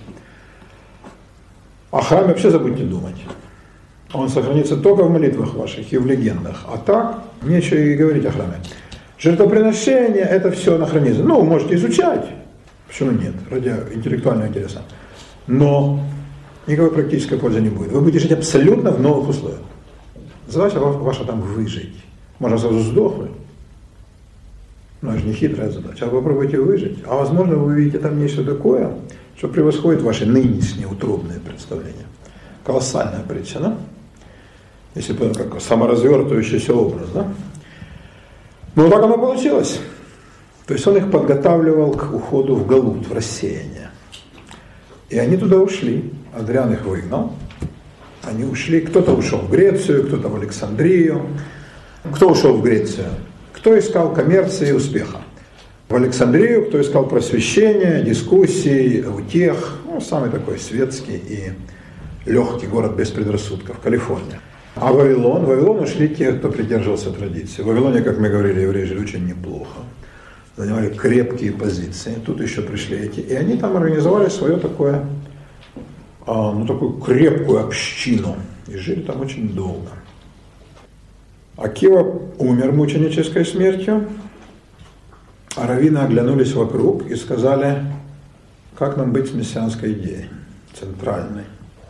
О храме вообще забудьте думать. Он сохранится только в молитвах ваших и в легендах. А так, нечего и говорить о храме. Жертвоприношение – это все анахронизм. Можете изучать. Почему нет? Ради интеллектуального интереса. Но никакой практической пользы не будет. Вы будете жить абсолютно в новых условиях. Задача ваша там выжить. Можно сразу сдохнуть. Но это же не хитрая задача. А попробуйте выжить. А возможно, вы увидите там нечто такое, что превосходит ваши нынешние утробные представления. Колоссальная притча, да? Если бы как саморазвертывающийся образ, да? Ну, так оно получилось. То есть он их подготавливал к уходу в галут, в рассеяние. И они туда ушли. Адриан их выгнал. Они ушли. Кто-то ушел в Грецию, кто-то в Александрию. Кто ушел в Грецию? Кто искал коммерции и успеха? В Александрию, кто искал просвещения, дискуссий, утех. Самый такой светский и легкий город без предрассудков, Калифорния. А в Вавилон ушли те, кто придерживался традиции. В Вавилоне, как мы говорили, евреи жили очень неплохо. Занимали крепкие позиции. Тут еще пришли эти. И они там организовали свое такое, такую крепкую общину. И жили там очень долго. Акива умер мученической смертью. А раввины оглянулись вокруг и сказали, как нам быть с мессианской идеей, центральной.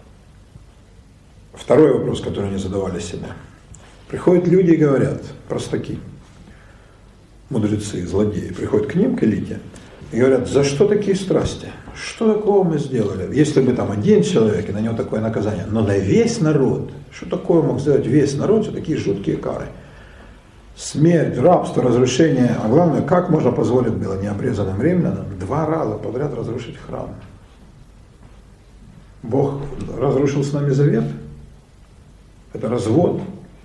Второй вопрос, который они задавали себе. Приходят люди и говорят, простаки, мудрецы, злодеи, приходят к ним, к элите, и говорят, за что такие страсти? Что такого мы сделали? Если бы там один человек, и на него такое наказание, но на весь народ, что такое мог сделать весь народ, что такие жуткие кары? Смерть, рабство, разрушение, а главное, как можно позволить было необрезанным римлянам 2 раза подряд разрушить храм? Бог разрушил с нами завет? Это развод.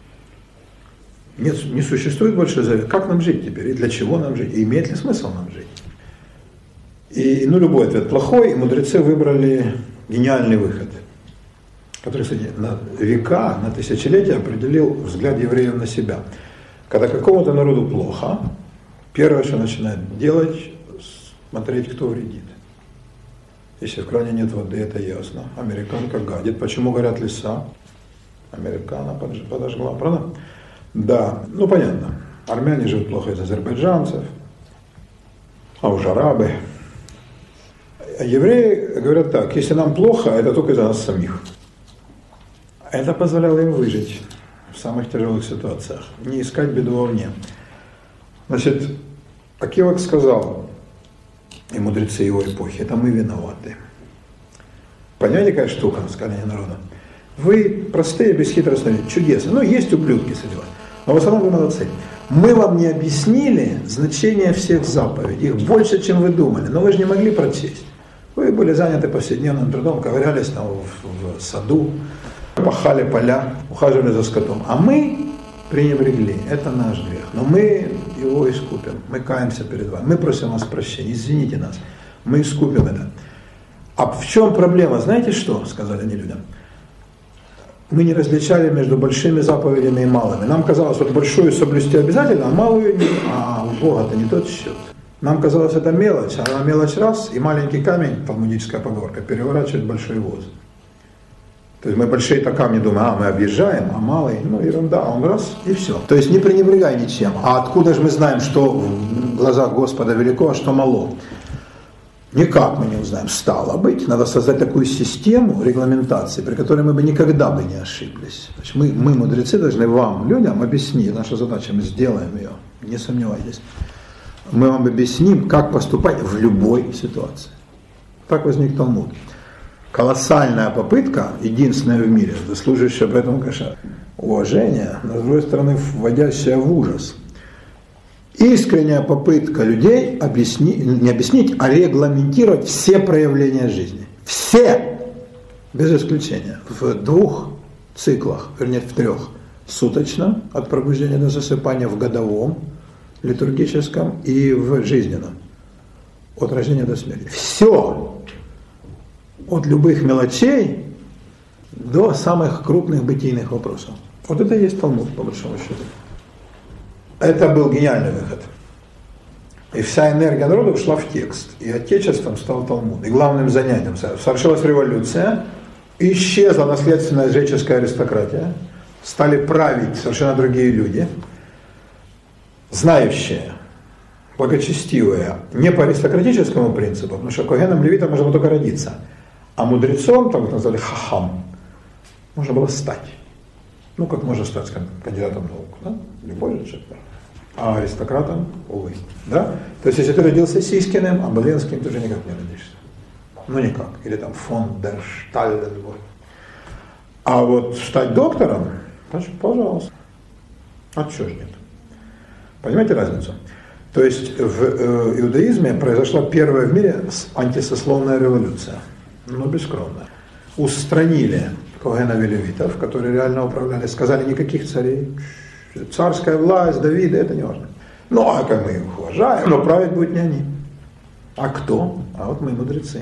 Нет, не существует больше завета. Как нам жить теперь? И для чего нам жить? И имеет ли смысл нам жить? И любой ответ плохой, и мудрецы выбрали гениальный выход, который, кстати, на века, на тысячелетия определил взгляд евреев на себя. Когда какому-то народу плохо, первое, что начинает делать, смотреть, кто вредит. Если в кране нет воды, это ясно. Американка гадит. Почему горят леса? Американа подожгла, правда? Да, понятно. Армяне живут плохо из азербайджанцев, а уж арабы. А евреи говорят так, если нам плохо, это только из-за нас самих. Это позволяло им выжить в самых тяжелых ситуациях, не искать беду вовне. Значит, Акивак сказал, и мудрецы его эпохи, это мы виноваты. Понимаете, какая штука, сказали народу? Вы простые, бесхитростные, чудесные. Ну, есть ублюдки среди вас. Но в основном вы молодцы. Мы вам не объяснили значение всех заповедей. Их больше, чем вы думали. Но вы же не могли прочесть. Вы были заняты повседневным трудом, ковырялись там в саду, пахали поля, ухаживали за скотом. А мы пренебрегли. Это наш грех. Но мы его искупим. Мы каемся перед вами. Мы просим вас прощения. Извините нас. Мы искупим это. А в чем проблема? Знаете что? Сказали они людям. Мы не различали между большими заповедями и малыми. Нам казалось, вот большую соблюсти обязательно, а малую не. А у Бога-то не тот счет. Нам казалось, это мелочь, а мелочь раз, и маленький камень, талмудическая поговорка, переворачивает большой воз. То есть мы большие-то камни думаем, мы объезжаем, а малый, ерунда, а он раз, и все. То есть не пренебрегай ничем. А откуда же мы знаем, что в глазах Господа велико, а что мало? Никак мы не узнаем. Стало быть, надо создать такую систему регламентации, при которой мы бы никогда бы не ошиблись. То есть мы мудрецы, должны вам, людям, объяснить. Наша задача, мы сделаем ее, не сомневайтесь. Мы вам объясним, как поступать в любой ситуации. Так возник Талмуд. Колоссальная попытка, единственная в мире, заслуживающая поэтому, конечно, уважения, но с другой стороны, вводящая в ужас. Искренняя попытка людей не объяснить, а регламентировать все проявления жизни. Все, без исключения, в 2 циклах, вернее в 3. Суточном, от пробуждения до засыпания, в годовом, литургическом и в жизненном, от рождения до смерти. Все, от любых мелочей до самых крупных бытийных вопросов. Вот это и есть Талмуд, по большому счету. Это был гениальный выход. И вся энергия народа ушла в текст. И отечеством стал Талмуд. И главным занятием совершилась революция, исчезла наследственная греческая аристократия, стали править совершенно другие люди, знающие, благочестивые, не по аристократическому принципу, потому что коэном левитом можно было только родиться, а мудрецом, там их назвали хахам, можно было стать. Ну, как можно стать кандидатом наук, да? Любой человек. А аристократом, увы. Да? То есть, если ты родился Сискиным, а Боленским, ты же никак не родишься. Ну, никак. Или там фон дер Штальденбург. А вот стать доктором, значит, пожалуйста. А чего ж нет? Понимаете разницу? То есть, в иудаизме произошла первая в мире антисословная революция. Но бескровная. Устранили коэнов и левитов, которые реально управляли, сказали никаких царей, царская власть, Давида, это не важно. Ну, а как мы их уважаем, но править будут не они. А кто? А вот мы мудрецы.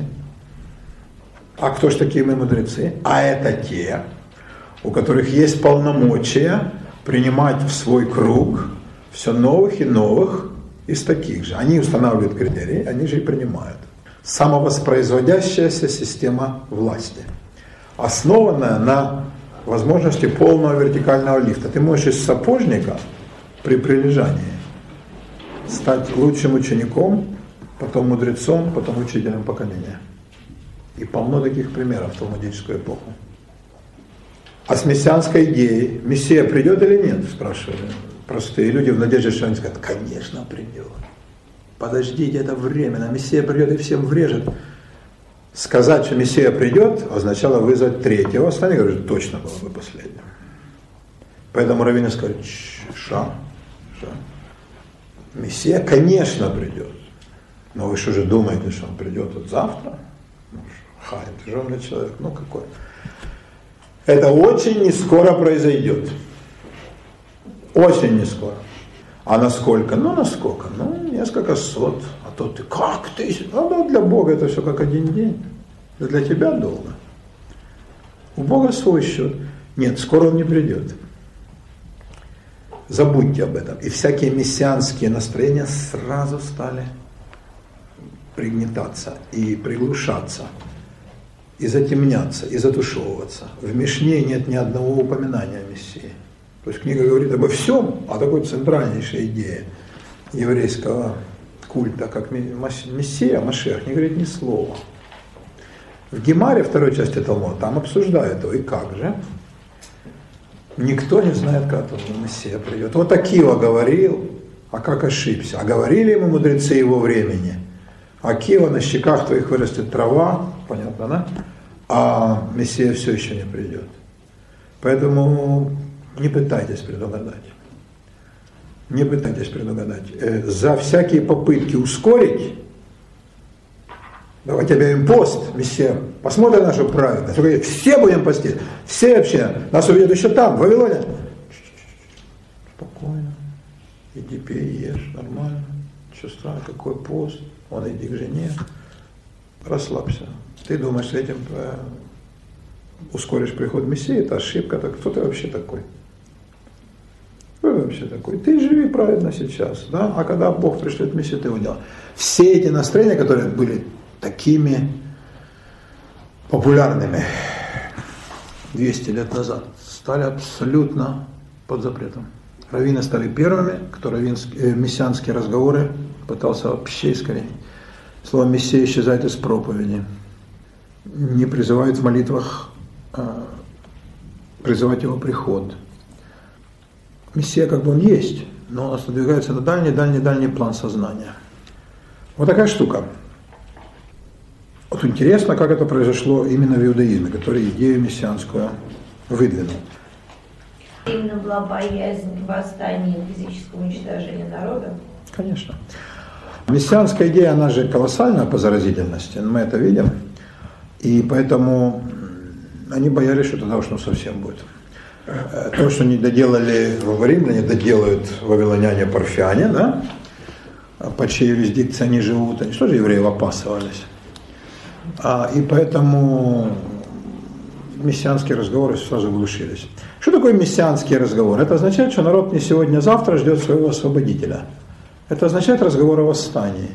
А кто же такие мы мудрецы? А это те, у которых есть полномочия принимать в свой круг все новых и новых из таких же. Они устанавливают критерии, они же и принимают. Самовоспроизводящаяся система власти, основанная на возможности полного вертикального лифта. Ты можешь из сапожника при прилежании стать лучшим учеником, потом мудрецом, потом учителем поколения. И полно таких примеров в талмудическую эпоху. А с мессианской идеей Мессия придет или нет, спрашивали простые люди в надежде, что они скажут, конечно придет. Подождите, это временно, Мессия придет и всем врежет. Сказать, что Мессия придет, означало вызвать третьего. Остальные говорят, точно было бы последним. Поэтому раввины сказали, ша. Мессия, конечно, придет. Но вы что же думаете, что он придет вот завтра? Хайм, ты же умный человек, ну какой. Это очень не скоро произойдет. Очень не скоро. А насколько? Ну, насколько? Ну, несколько сот. А то ты, как тысяч? Ну, для Бога это все как один день. Да для тебя долго. У Бога свой счет. Нет, скоро он не придет. Забудьте об этом. И всякие мессианские настроения сразу стали пригнетаться и приглушаться, и затемняться, и затушевываться. В Мишне нет ни одного упоминания о Мессии. То есть книга говорит обо всем, а такой центральнейшей идее еврейского культа, как Мессия, Машиах, не говорит ни слова. В Гемаре, второй части Талмуда, там обсуждают его, и как же? Никто не знает, как Мессия придет. Вот Акива говорил, а как ошибся? А говорили ему мудрецы его времени. Акива, на щеках твоих вырастет трава, понятно, да? А Мессия все еще не придет. Поэтому не пытайтесь предугадать. Не пытайтесь предугадать. За всякие попытки ускорить, давайте объявим пост, Мессия посмотрит нашу праведность, говорит, все будем постить, все вообще, нас увидят еще там, в Вавилоне. Спокойно, иди пей, ешь, нормально, чувствуй, какой пост, он иди к жене, расслабься. Ты думаешь, с этим ускоришь приход Мессии, это ошибка, так кто ты вообще такой? Кто ты вообще такой? Ты живи праведно сейчас, да? А когда Бог пришлет Мессию, ты его делал. Все эти настроения, которые были такими популярными 200 лет назад, стали абсолютно под запретом. Раввины стали первыми, кто мессианские разговоры пытался вообще искоренить. Слово «мессия» исчезает из проповеди. Не призывают в молитвах призывать его приход. Мессия как бы он есть, но он отодвигается на дальний план сознания. Вот такая штука. Вот интересно, как это произошло именно в иудаизме, который идею мессианскую выдвинул. Именно была боязнь восстания и физического уничтожения народа? Конечно. Мессианская идея, она же колоссальна по заразительности, мы это видим. И поэтому они боялись, что тогда уж совсем будет. То, что не доделали в Римляне, доделают вавилоняне, парфяне, да? Под чьей юрисдикцией они живут, они что же евреев опасывались. И поэтому мессианские разговоры сразу глушились. Что такое мессианский разговор? Это означает, что народ не сегодня, а завтра ждет своего освободителя. Это означает разговор о восстании.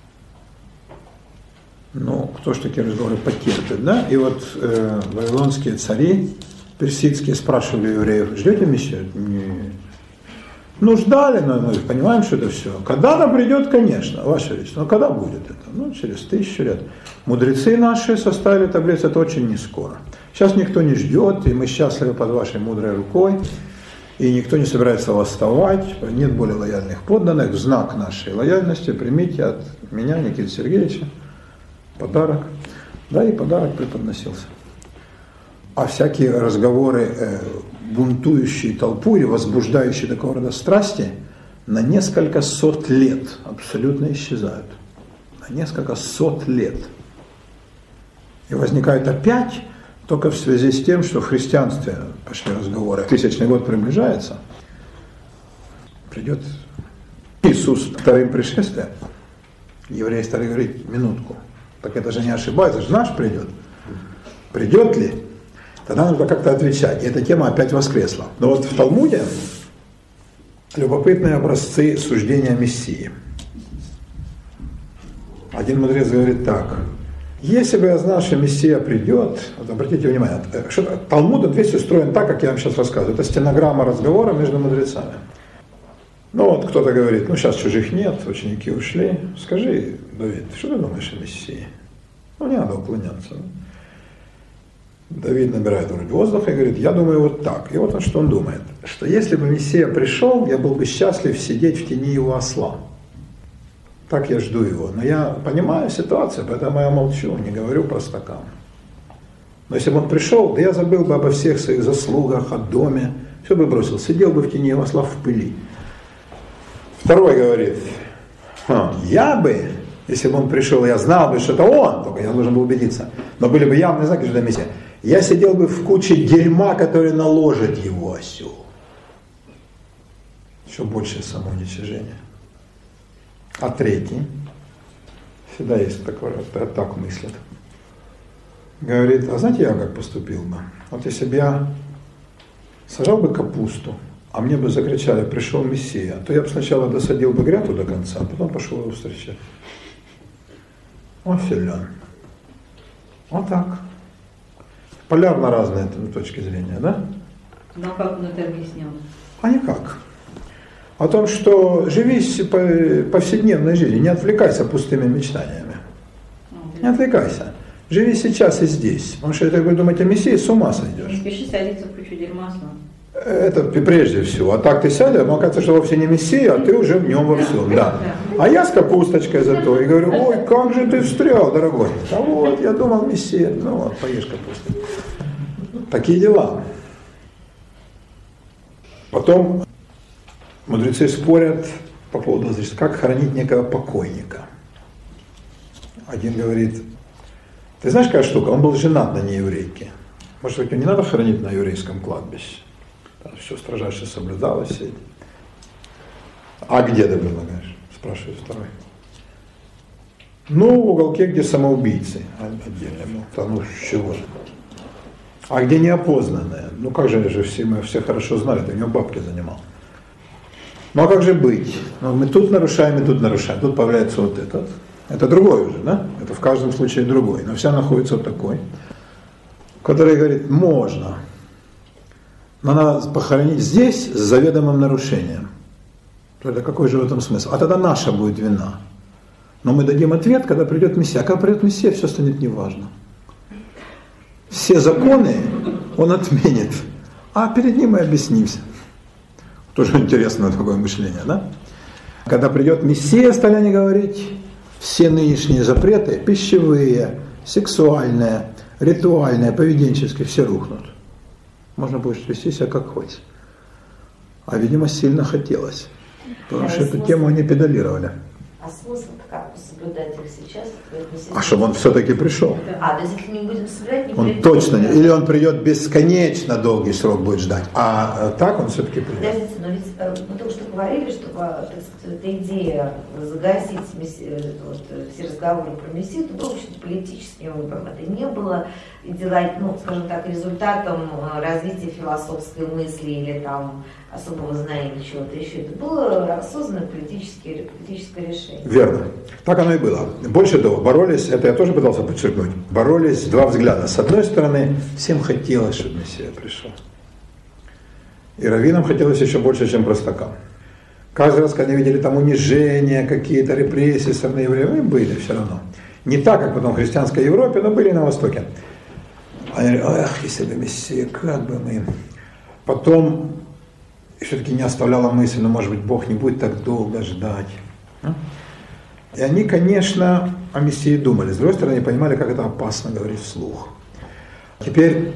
Ну, кто ж такие разговоры потерпит, да? И вот вавилонские цари персидские спрашивали евреев, ждете мессию? Нет. Ну, ждали, но мы понимаем, что это все. Когда-то придет, конечно, Ваша Величество, но когда будет это? Ну, через 1000 лет. Мудрецы наши составили таблицу, это очень не скоро. Сейчас никто не ждет, и мы счастливы под вашей мудрой рукой, и никто не собирается восставать, нет более лояльных подданных. В знак нашей лояльности примите от меня, Никиты Сергеевича, подарок. Да, и подарок преподносился. А всякие разговоры, бунтующие толпу или возбуждающие такого рода страсти, на несколько сот лет абсолютно исчезают. На несколько сот лет. И возникают опять только в связи с тем, что в христианстве пошли разговоры. 1000-й год приближается. Придет Иисус вторым пришествием. Евреи стали говорить, минутку. Так это же не ошибается, это же наш придет. Придет ли? Тогда нужно как-то отвечать. И эта тема опять воскресла. Но вот в Талмуде любопытные образцы суждения Мессии. Один мудрец говорит так. Если бы я знал, что Мессия придет, вот обратите внимание, что Талмуд весь устроен так, как я вам сейчас рассказываю. Это стенограмма разговора между мудрецами. Ну вот кто-то говорит, ну сейчас чужих нет, ученики ушли. Скажи, Давид, что ты думаешь о Мессии? Ну не надо уклоняться. Давид набирает вроде воздуха и говорит, я думаю вот так. И вот он что он думает, что если бы Мессия пришел, я был бы счастлив сидеть в тени его осла. Так я жду его. Но я понимаю ситуацию, поэтому я молчу, не говорю простакам. Но если бы он пришел, да я забыл бы обо всех своих заслугах, о доме, все бы бросил, сидел бы в тени его осла в пыли. Второй говорит, я бы, если бы он пришел, я знал бы, что это он, только я должен был убедиться, но были бы явные знаки, что это Мессия. Я сидел бы в куче дерьма, которое наложит его осел. Еще большее самоуничижение. А третий, всегда есть такое, так мыслят, говорит, а знаете, я как поступил бы? Вот если бы я сажал бы капусту, а мне бы закричали, пришел Мессия, то я бы сначала досадил бы грядку до конца, а потом пошел его встречать. Он силен. Вот так. Полярно разные точки зрения, да? Но как он это объяснял? А никак. О том, что живи повседневной жизнью, не отвлекайся пустыми мечтаниями. Не отвлекайся. Живи сейчас и здесь. Потому что если вы думаете о Мессии, с ума сойдешь. Не спеши садиться в кучу дерьма. Это прежде всего. А так ты сядешь, мне кажется, что вовсе не Мессия, а ты уже в нем во всем. Да. А я с капусточкой зато и говорю, ой, как же ты встрял, дорогой. А вот, я думал Мессия. Ну вот, поешь капусту. Такие дела. Потом мудрецы спорят по поводу, значит, как хоронить некого покойника. Один говорит, ты знаешь, какая штука, он был женат на нееврейке. Может быть, его не надо хоронить на еврейском кладбище? Там все строжайше соблюдалось. А где ты предлагаешь? Спрашивает второй. Ну, в уголке, где самоубийцы отдельно. Ну, с чего же? А где неопознанные? Ну, как же мы все хорошо знали, это у него бабки занимал. Ну, а как же быть? Ну, мы тут нарушаем, и тут нарушаем. Тут появляется вот этот. Это другой уже, да? Это в каждом случае другой. Но вся находится вот такой, который говорит, можно. Но надо похоронить здесь с заведомым нарушением. Тогда какой же в этом смысл? А тогда наша будет вина. Но мы дадим ответ, когда придет Мессия. А когда придет Мессия, все станет неважно. Все законы он отменит. А перед ним мы объяснимся. Тоже интересное такое мышление, да? Когда придет Мессия, стали они говорить, все нынешние запреты, пищевые, сексуальные, ритуальные, поведенческие, все рухнут. Можно будет вести себя как хочешь. А, видимо, сильно хотелось. Потому что эту тему они педалировали. А смысл как соблюдать их сейчас? А чтобы он все-таки пришел. То есть если не будем соблюдать, не он придет. Точно не. Или он придет бесконечно долгий срок будет ждать. А так он все-таки придет. Подождите, но ведь мы только что говорили, что так сказать, эта идея загасить все разговоры про Мессию, это был очень политическим выбором. Это не было, скажем так, результатом развития философской мысли или там особого знания или чего-то еще. Это было осознанное политическое решение. Верно. Так оно и было. Больше того, боролись, это я тоже пытался подчеркнуть, боролись два взгляда. С одной стороны, всем хотелось, чтобы Мессия пришел. И раввинам хотелось еще больше, чем простакам. Каждый раз, когда они видели там унижения, какие-то репрессии со стороны евреев, им были все равно. Не так, как потом в христианской Европе, но были и на Востоке. Они говорили, эх, если бы Мессия, как бы мы... Потом все-таки не оставляла мысль, ну, может быть, Бог не будет так долго ждать. И они, конечно, о Мессии думали. С другой стороны, понимали, как это опасно говорить вслух. Теперь,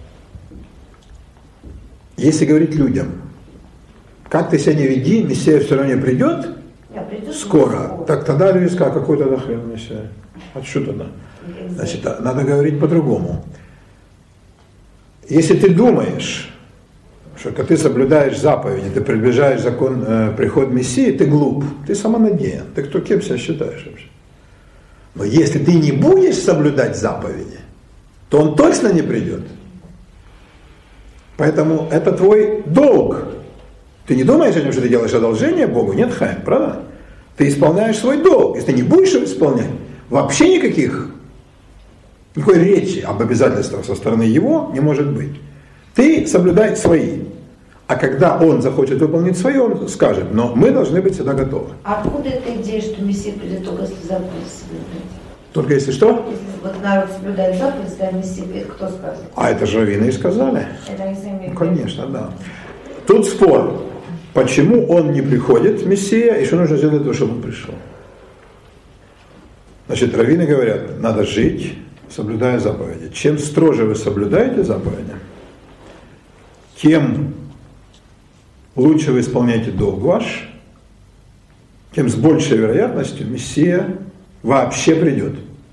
если говорить людям, как ты себя не веди, Мессия все равно не придет, скоро, так тогда люди скажут, какой тогда хрен Мессия? А что тогда? Значит, надо говорить по-другому. Если ты думаешь, что когда ты соблюдаешь заповеди, ты приближаешь приход Мессии, ты глуп, ты самонадеян. Ты кто, кем себя считаешь вообще? Но если ты не будешь соблюдать заповеди, то он точно не придет. Поэтому это твой долг. Ты не думаешь о нем, что ты делаешь одолжение Богу? Нет, Хайм, правда? Ты исполняешь свой долг. Если ты не будешь его исполнять, вообще никакой речи об обязательствах со стороны его не может быть. Ты соблюдай свои. А когда он захочет выполнить свои, он скажет, но мы должны быть всегда готовы. А откуда эта идея, что Мессия придет только если заповедь соблюдать? Только если что? Если вот народ соблюдает заповедь, тогда Мессия придет, кто скажет? А это же раввины и сказали. Это они сами Конечно, да. Тут спор, почему он не приходит, Мессия, и что нужно сделать для того, чтобы он пришел. Значит, раввины говорят, надо жить, соблюдая заповеди. Чем строже вы соблюдаете заповеди, тем лучше вы исполняете долг ваш, тем с большей вероятностью Мессия вообще придет.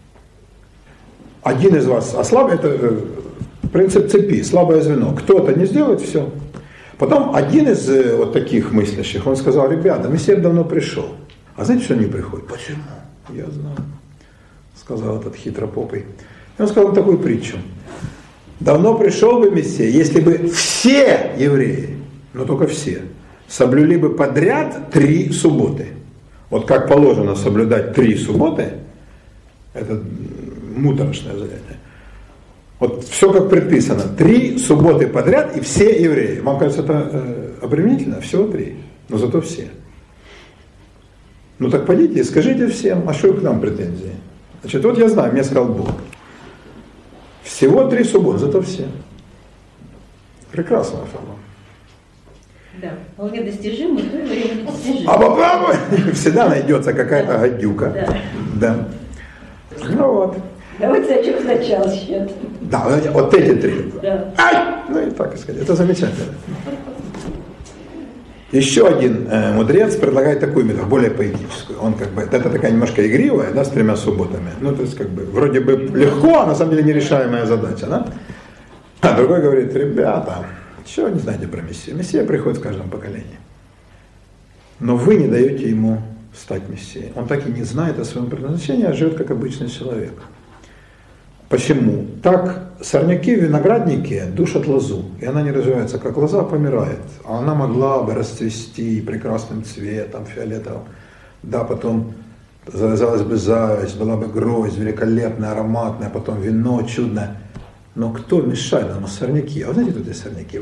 Один из вас ослабит, это принцип цепи, слабое звено. Кто-то не сделает, все. Потом один из вот таких мыслящих, он сказал, ребята, Мессия давно пришел. А знаете, что он не приходит? Почему? Я знаю, сказал этот хитропопый. И он сказал такую притчу. Давно пришел бы Мессия, если бы все евреи, но только все, соблюли бы подряд 3 субботы. Вот как положено соблюдать 3 субботы, это муторошное занятие. Вот все как предписано. 3 субботы подряд и все евреи. Вам кажется, это обременительно? Всего 3, но зато все. Ну так пойдите и скажите всем, а что к нам претензии? Значит, вот я знаю, мне сказал Бог. Всего 3 субботы, зато все. Прекрасная форма. Да, вполне достижимый, то и недостижимый. А попробуй! Всегда найдется какая-то гадюка. Да. Ну вот. Давайте зачем сначала счет. Да, вот эти 3. Да. Ай! Ну и так сказать. Это замечательно. Еще один мудрец предлагает такую метафору, более поэтическую. Он как бы, это такая немножко игривая, да, с 3 субботами. Ну, то есть, как бы, вроде бы легко, а на самом деле нерешаемая задача, да? А другой говорит: ребята, чего вы не знаете про Мессию? Мессия приходит в каждом поколении. Но вы не даете ему стать Мессией. Он так и не знает о своем предназначении, а живет как обычный человек. Почему? Так сорняки в винограднике душат лозу, и она не развивается, как лоза помирает. А она могла бы расцвести прекрасным цветом, фиолетовым. Да, потом завязалась бы зависть, была бы гроздь великолепная, ароматная, потом вино чудное. Но кто мешает нам? Сорняки. А вы знаете, кто эти сорняки?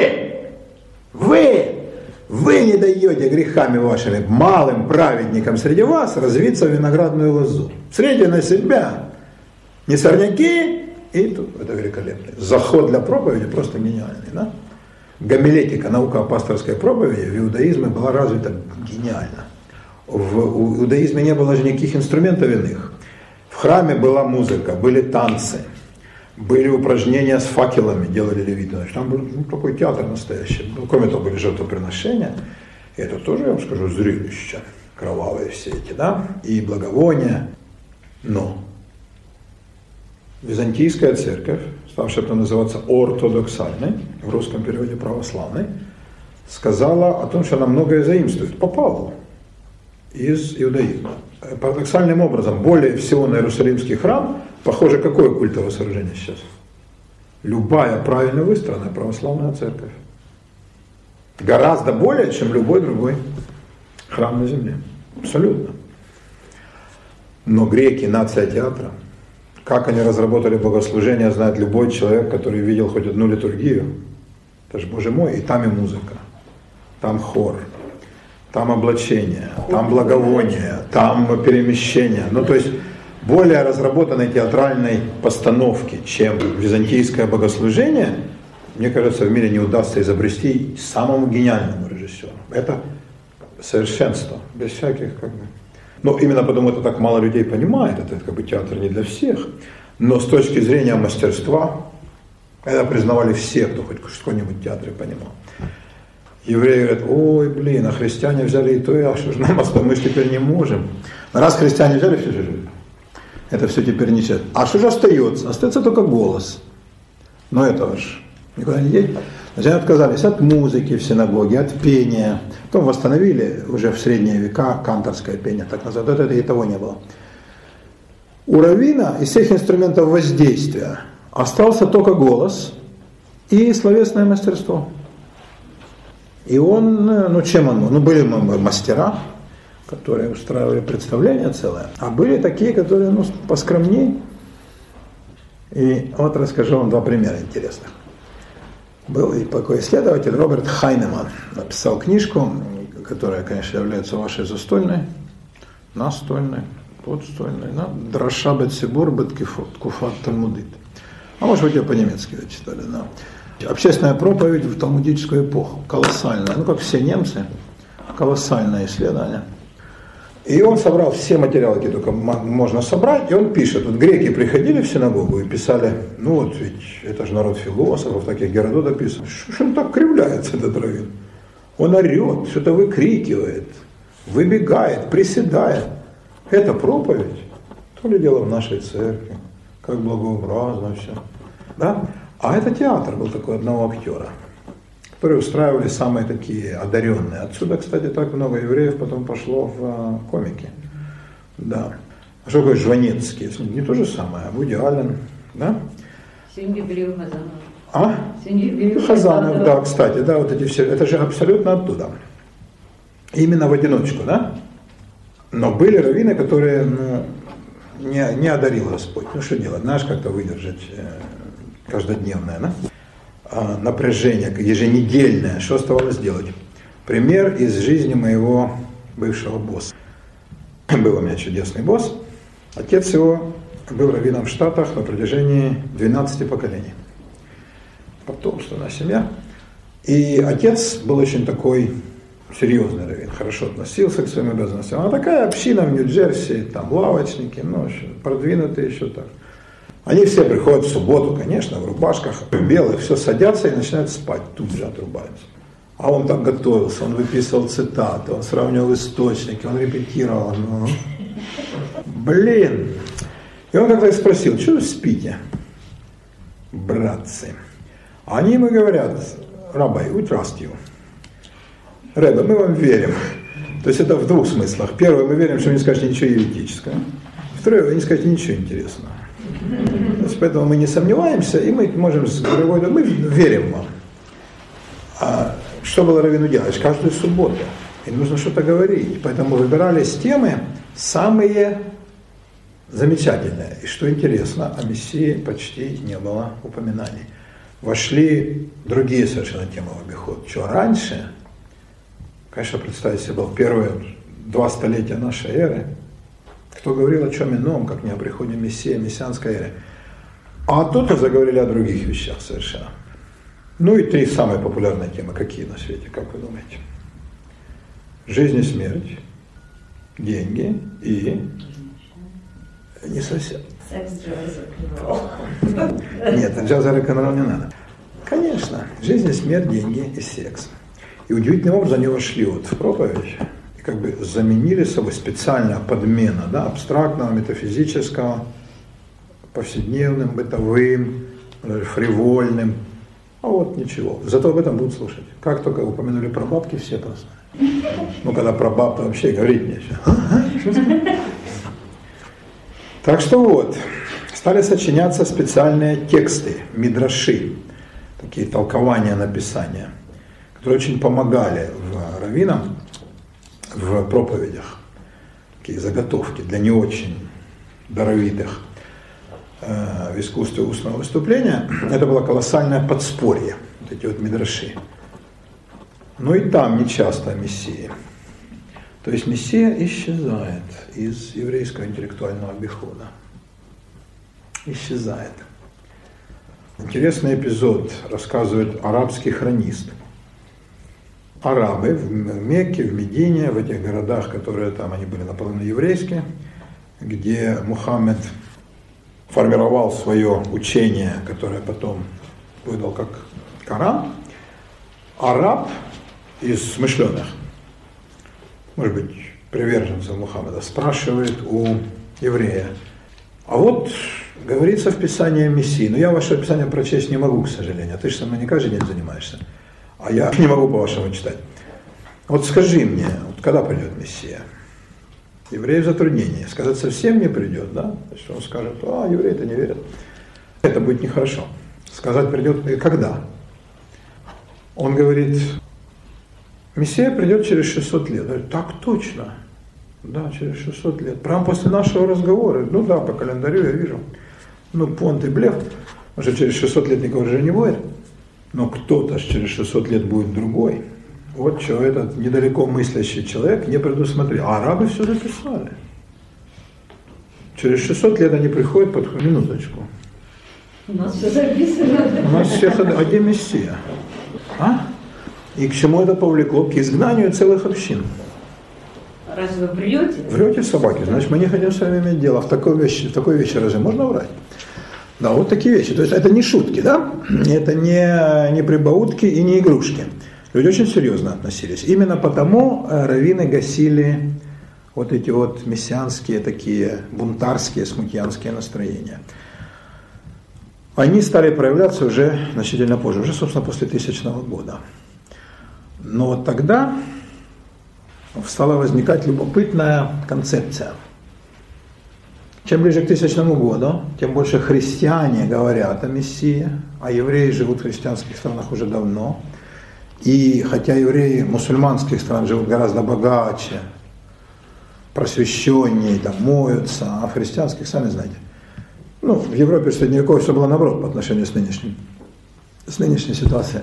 Вы не даете грехами вашими малым праведникам среди вас развиться в виноградную лозу. Смотрите на себя. Не сорняки, и тут это великолепно. Заход для проповеди просто гениальный. Да? Гомилетика, наука о пасторской проповеди в иудаизме была развита гениально. В иудаизме не было же никаких инструментов иных. В храме была музыка, были танцы, были упражнения с факелами, делали левиты. Там был такой театр настоящий. Кроме того, были жертвоприношения. И это тоже, я вам скажу, зрелище. Кровавые все эти, да, и благовония. Но Византийская церковь, ставшая потом называться ортодоксальной, в русском переводе православной, сказала о том, что она многое заимствует по Павлу из иудаизма. Парадоксальным образом, более всего на Иерусалимский храм похоже какое культовое сооружение сейчас? Любая правильно выстроенная православная церковь. Гораздо более, чем любой другой храм на земле. Абсолютно. Но греки, нация театра, как они разработали богослужение, знает любой человек, который видел хоть одну литургию. Это же, Боже мой, и там и музыка, там хор, там облачение, там благовоние, там перемещение. Ну, то есть, более разработанной театральной постановки, чем византийское богослужение, мне кажется, в мире не удастся изобрести самому гениальному режиссеру. Это совершенство, без всяких как бы... Но именно потому это так мало людей понимает, это как бы театр не для всех. Но с точки зрения мастерства, это признавали все, кто хоть что-нибудь в театре понимал. Евреи говорят: ой, блин, а христиане взяли и то, а что же нам осталось, мы же теперь не можем. Но раз христиане взяли, все же живы. Это все теперь не сейчас. А что же остается? Остается только голос. Но этого же никуда не деть. Значит, они отказались от музыки в синагоге, от пения. Потом восстановили уже в средние века канторское пение, так называемое. Это и того не было. У раввина из всех инструментов воздействия остался только голос и словесное мастерство. И он, ну чем он? Ну были мастера, которые устраивали представления целое, а были такие, которые, ну, поскромнее. И вот расскажу вам 2 примера интересных. Был и такой исследователь Роберт Хайнеман, написал книжку, которая, конечно, является вашей застольной, настольной, подстольной, Драша бет-сибур бет-куфат талмудит. А может быть, ее по-немецки вы читали, да. Общественная проповедь в талмудическую эпоху, колоссальная, ну как все немцы, колоссальное исследование. И он собрал все материалы, какие только можно собрать, и он пишет: вот греки приходили в синагогу и писали, ну вот ведь это же народ философов, таких Геродот описывает, что он так кривляется, этот раввин? Он орет, что-то выкрикивает, выбегает, приседает. Это проповедь? То ли дело в нашей церкви, как благообразно все. Да? А это театр был такой одного актера, которые устраивали самые такие одаренные. Отсюда, кстати, так много евреев потом пошло в комики. Да. А что такое Жванецкий? Не то же самое, а Вуди Аллен, да? Сингибрил Хазанов. А? Сингибрил Хазанов, да, кстати, да, вот эти все, это же абсолютно оттуда. Именно в одиночку, да? Но были раввины, которые, ну, не одарил Господь. Ну что делать, знаешь, как-то выдержать каждодневное, да? Напряжение еженедельное, что оставалось делать? Пример из жизни моего бывшего босса. Был у меня чудесный босс. Отец его был раввином в Штатах на протяжении 12 поколений. Потомственная семья. И отец был очень такой серьезный раввин, хорошо относился к своим обязанностям. А такая община в Нью-Джерси, там лавочники, ну, продвинутые еще так. Они все приходят в субботу, конечно, в рубашках, в белых, все садятся и начинают спать, тут же отрубаются. А он так готовился, он выписывал цитаты, он сравнивал источники, он репетировал. Ну. Блин! И он как-то спросил, что вы спите, братцы? А они ему говорят, Rabbi, we trust you. Ребе, мы вам верим. То есть это в двух смыслах. Первое, мы верим, что вы не скажете ничего еретического. Второе, вы не скажете ничего интересного. То есть, поэтому мы не сомневаемся, и мы можем мы верим вам. А что было раввину делать? Каждую субботу. Им нужно что-то говорить. Поэтому выбирались темы самые замечательные. И что интересно, о Мессии почти не было упоминаний. Вошли другие совершенно темы в обиход. Что раньше, конечно, представьте себе, был первые 2 столетия нашей эры, кто говорил о чем ином, как не о приходе Мессии, мессианской эры. А тут заговорили о других вещах совершенно. Ну и 3 самые популярные темы, какие на свете, как вы думаете? Жизнь и смерть, деньги и... Не совсем. Секс, джаз, рок-н-ролл. Нет, джаза, рок-н-ролл не надо. Конечно, жизнь и смерть, деньги и секс. И удивительным образом они вошли вот в проповедь и как бы заменили собой специальная подмена, да, абстрактного, метафизического, повседневным, бытовым, фривольным. А вот ничего. Зато об этом будут слушать. Как только упомянули про бабки, все просто. Ну, когда про баб, то вообще говорить нечего. Так что вот, стали сочиняться специальные тексты, мидраши, такие толкования написания, которые очень помогали раввинам в проповедях, такие заготовки для не очень даровитых в искусстве устного выступления. Это было колоссальное подспорье, вот эти вот мидраши. Но и там не часто о Мессии. То есть Мессия исчезает из еврейского интеллектуального обихода. Исчезает. Интересный эпизод рассказывает арабский хронист. Арабы в Мекке, в Медине, в этих городах, которые там, они были наполовину еврейские, где Мухаммед формировал свое учение, которое потом выдал как Коран. Араб из смышленых, может быть, приверженцев Мухаммеда, спрашивает у еврея, а вот говорится в Писании о Мессии, но я ваше Писание прочесть не могу, к сожалению, ты же со мной не каждый день занимаешься, а я не могу по-вашему читать. Вот скажи мне, вот когда придет Мессия? Еврей в затруднении, сказать совсем не придет, да? То есть он скажет, евреи-то не верят, это будет нехорошо. Сказать придет, и когда? Он говорит, Мессия придет через 600 лет. Говорит, так точно. Да, через 600 лет. Прямо после нашего разговора. Ну да, по календарю я вижу. Ну, понт и блеф. Потому что через 600 лет никого же не будет. Но кто-то через 600 лет будет другой. Вот что этот недалеко мыслящий человек не предусмотрел. А арабы все записали. Через 600 лет они приходят, подходят. Минуточку. У нас все записано. У нас всех один Мессия. А? И к чему это повлекло? К изгнанию целых общин. Разве вы врете? Врете, собаки, значит мы не хотим с вами иметь дело. В такой вещи разве можно врать? Да, вот такие вещи. То есть это не шутки, да? Это не прибаутки и не игрушки. Люди очень серьезно относились. Именно потому раввины гасили вот эти вот мессианские такие бунтарские, смутьянские настроения. Они стали проявляться уже значительно позже, уже, собственно, после 1000 года. Но вот тогда стала возникать любопытная концепция. Чем ближе к 1000 году, тем больше христиане говорят о Мессии, а евреи живут в христианских странах уже давно. И хотя евреи мусульманских стран живут гораздо богаче, просвещеннее, там, моются, а в христианских, сами знаете. Ну, в Европе в Средневековье все было наоборот по отношению с нынешней ситуацией.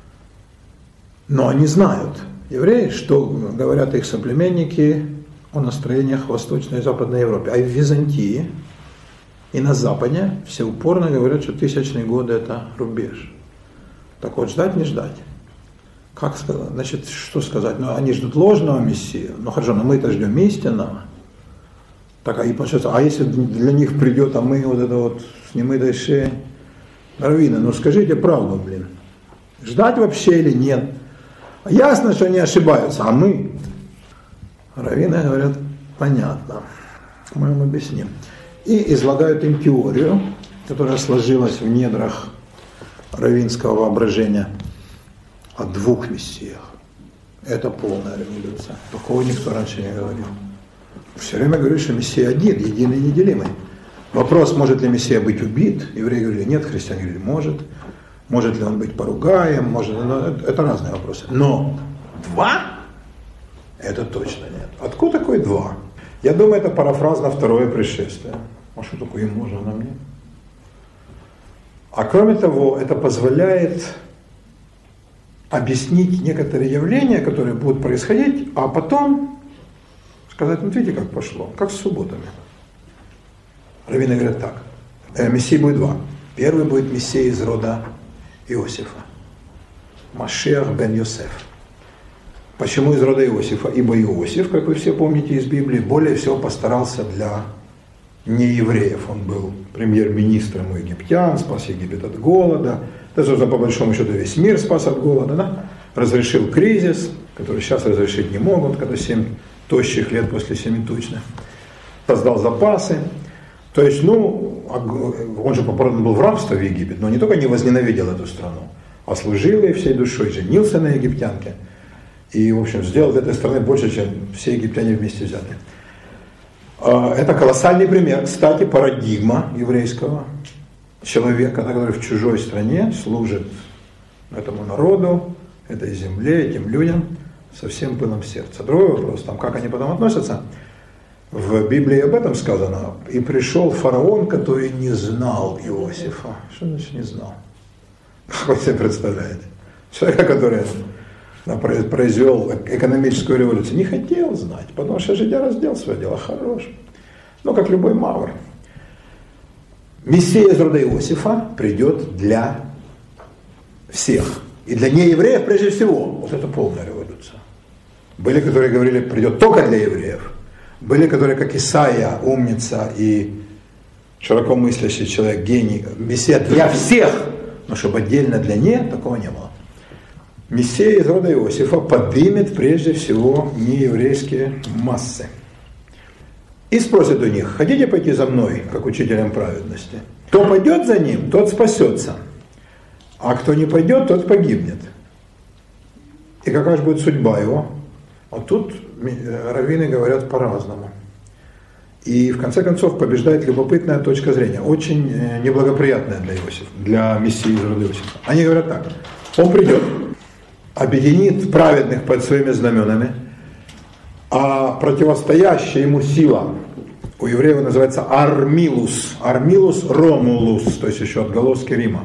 Но они знают, евреи, что говорят их соплеменники о настроениях в Восточной и Западной Европе. А и в Византии, и на Западе все упорно говорят, что 1000 годы это рубеж. Так вот, ждать не ждать. Как сказать? Значит, что сказать? Ну, они ждут ложного Мессию. Ну хорошо, но мы-то ждем истинного. Так, и получается, а если для них придет, а мы вот это вот с немытой шеей? Раввины, ну скажите правду, блин. Ждать вообще или нет? Ясно, что они ошибаются, а мы, раввины, говорят, понятно, мы им объясним. И излагают им теорию, которая сложилась в недрах раввинского воображения о двух мессиях. Это полная революция. Такого никто раньше не говорил. Все время говорили, что Мессия один, единый и неделимый. Вопрос, может ли Мессия быть убит? Евреи говорили, нет, христиане говорили, может. Может ли он быть поругаем? Может, это разные вопросы. Но два? Это точно нет. Откуда такое два? Я думаю, это парафраз на второе пришествие. А что такое им можно, нам нет? А кроме того, это позволяет объяснить некоторые явления, которые будут происходить, а потом сказать, ну видите, как пошло, как с субботами. Раввины говорят так, Мессии будет два. Первый будет Мессия из рода Иосифа, Машиах бен Йосеф. Почему из рода Иосифа? Ибо Иосиф, как вы все помните из Библии, более всего постарался для неевреев. Он был премьер-министром у египтян, спас Египет от голода. Даже по большому счету весь мир спас от голода. Да? Разрешил кризис, который сейчас разрешить не могут, когда 7 тощих лет после 7 тучных. Создал запасы. То есть, он же попадан был в рабство в Египет, но не только не возненавидел эту страну, а служил ей всей душой, женился на египтянке. И, в общем, сделал для этой страны больше, чем все египтяне вместе взятые. Это колоссальный пример, кстати, парадигма еврейского человека, который в чужой стране служит этому народу, этой земле, этим людям со всем пылом сердца. Другой вопрос, как они потом относятся. В Библии об этом сказано. И пришел фараон, который не знал Иосифа. Что значит не знал? Как вы себе представляете? Человека, который произвел экономическую революцию, не хотел знать, потому что жидя раздел свое дело, хорош. Как любой мавр. Мессия из рода Иосифа придет для всех. И для неевреев прежде всего. Вот это полная революция. Были, которые говорили, придет только для евреев. Были, которые, как Исаия, умница и широко мыслящий человек, гений, Мессия для всех, но чтобы отдельно для них, такого не было. Мессия из рода Иосифа поднимет прежде всего нееврейские массы. И спросит у них, хотите пойти за мной, как учителем праведности? Кто пойдет за ним, тот спасется, а кто не пойдет, тот погибнет. И какая же будет судьба его? Вот тут раввины говорят по-разному. И в конце концов побеждает любопытная точка зрения, очень неблагоприятная для Мессии из рода Иосифа. Они говорят так, он придет, объединит праведных под своими знаменами, а противостоящая ему сила, у евреев называется Армилус, Армилус Ромулус, то есть еще отголоски Рима.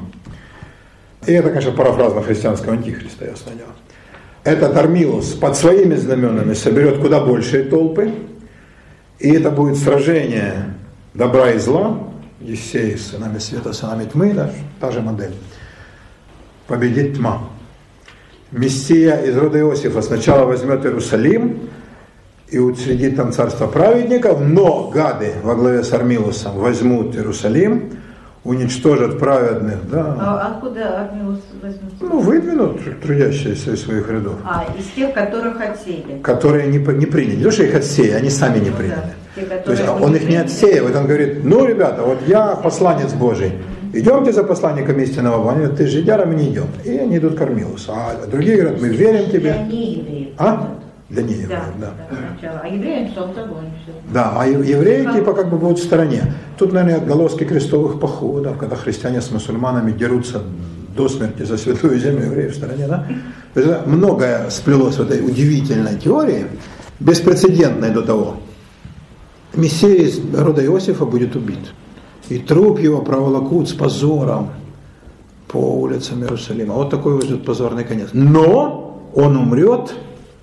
И это, конечно, парафраз на христианского антихриста, ясно дело. Этот Армилус под своими знаменами соберет куда большие толпы, и это будет сражение добра и зла, Ессей с сынами света, сынами тьмы, да, та же модель. Победит тьма. Мессия из рода Иосифа сначала возьмет Иерусалим и учредит там царство праведников, но гады во главе с Армилусом возьмут Иерусалим, уничтожат праведных. Да. А откуда Армилус возьмут? Выдвинут трудящиеся из своих рядов. Из тех, которых отсеяли. Которые не приняли. Не то, что их отсеяли, они сами не приняли. Те, то есть он их не отсеивает, он говорит, ребята, вот я посланец Божий, идемте за посланником истинного Бога. Они говорят, ты жидяра, мы не идем. И они идут к Армилусу. А другие говорят, мы верим тебе. Для неевреев. Для неевреев, да. А евреям что того все. Да, а евреи будут в стороне. Тут, наверное, отголоски крестовых походов, когда христиане с мусульманами дерутся до смерти за святую землю, евреи в стороне, да? То есть многое сплелось в этой удивительной теории, беспрецедентной до того. Мессия из рода Иосифа будет убит. И труп его проволокут с позором по улицам Иерусалима. Вот такой вот ждет позорный конец. Но он умрет,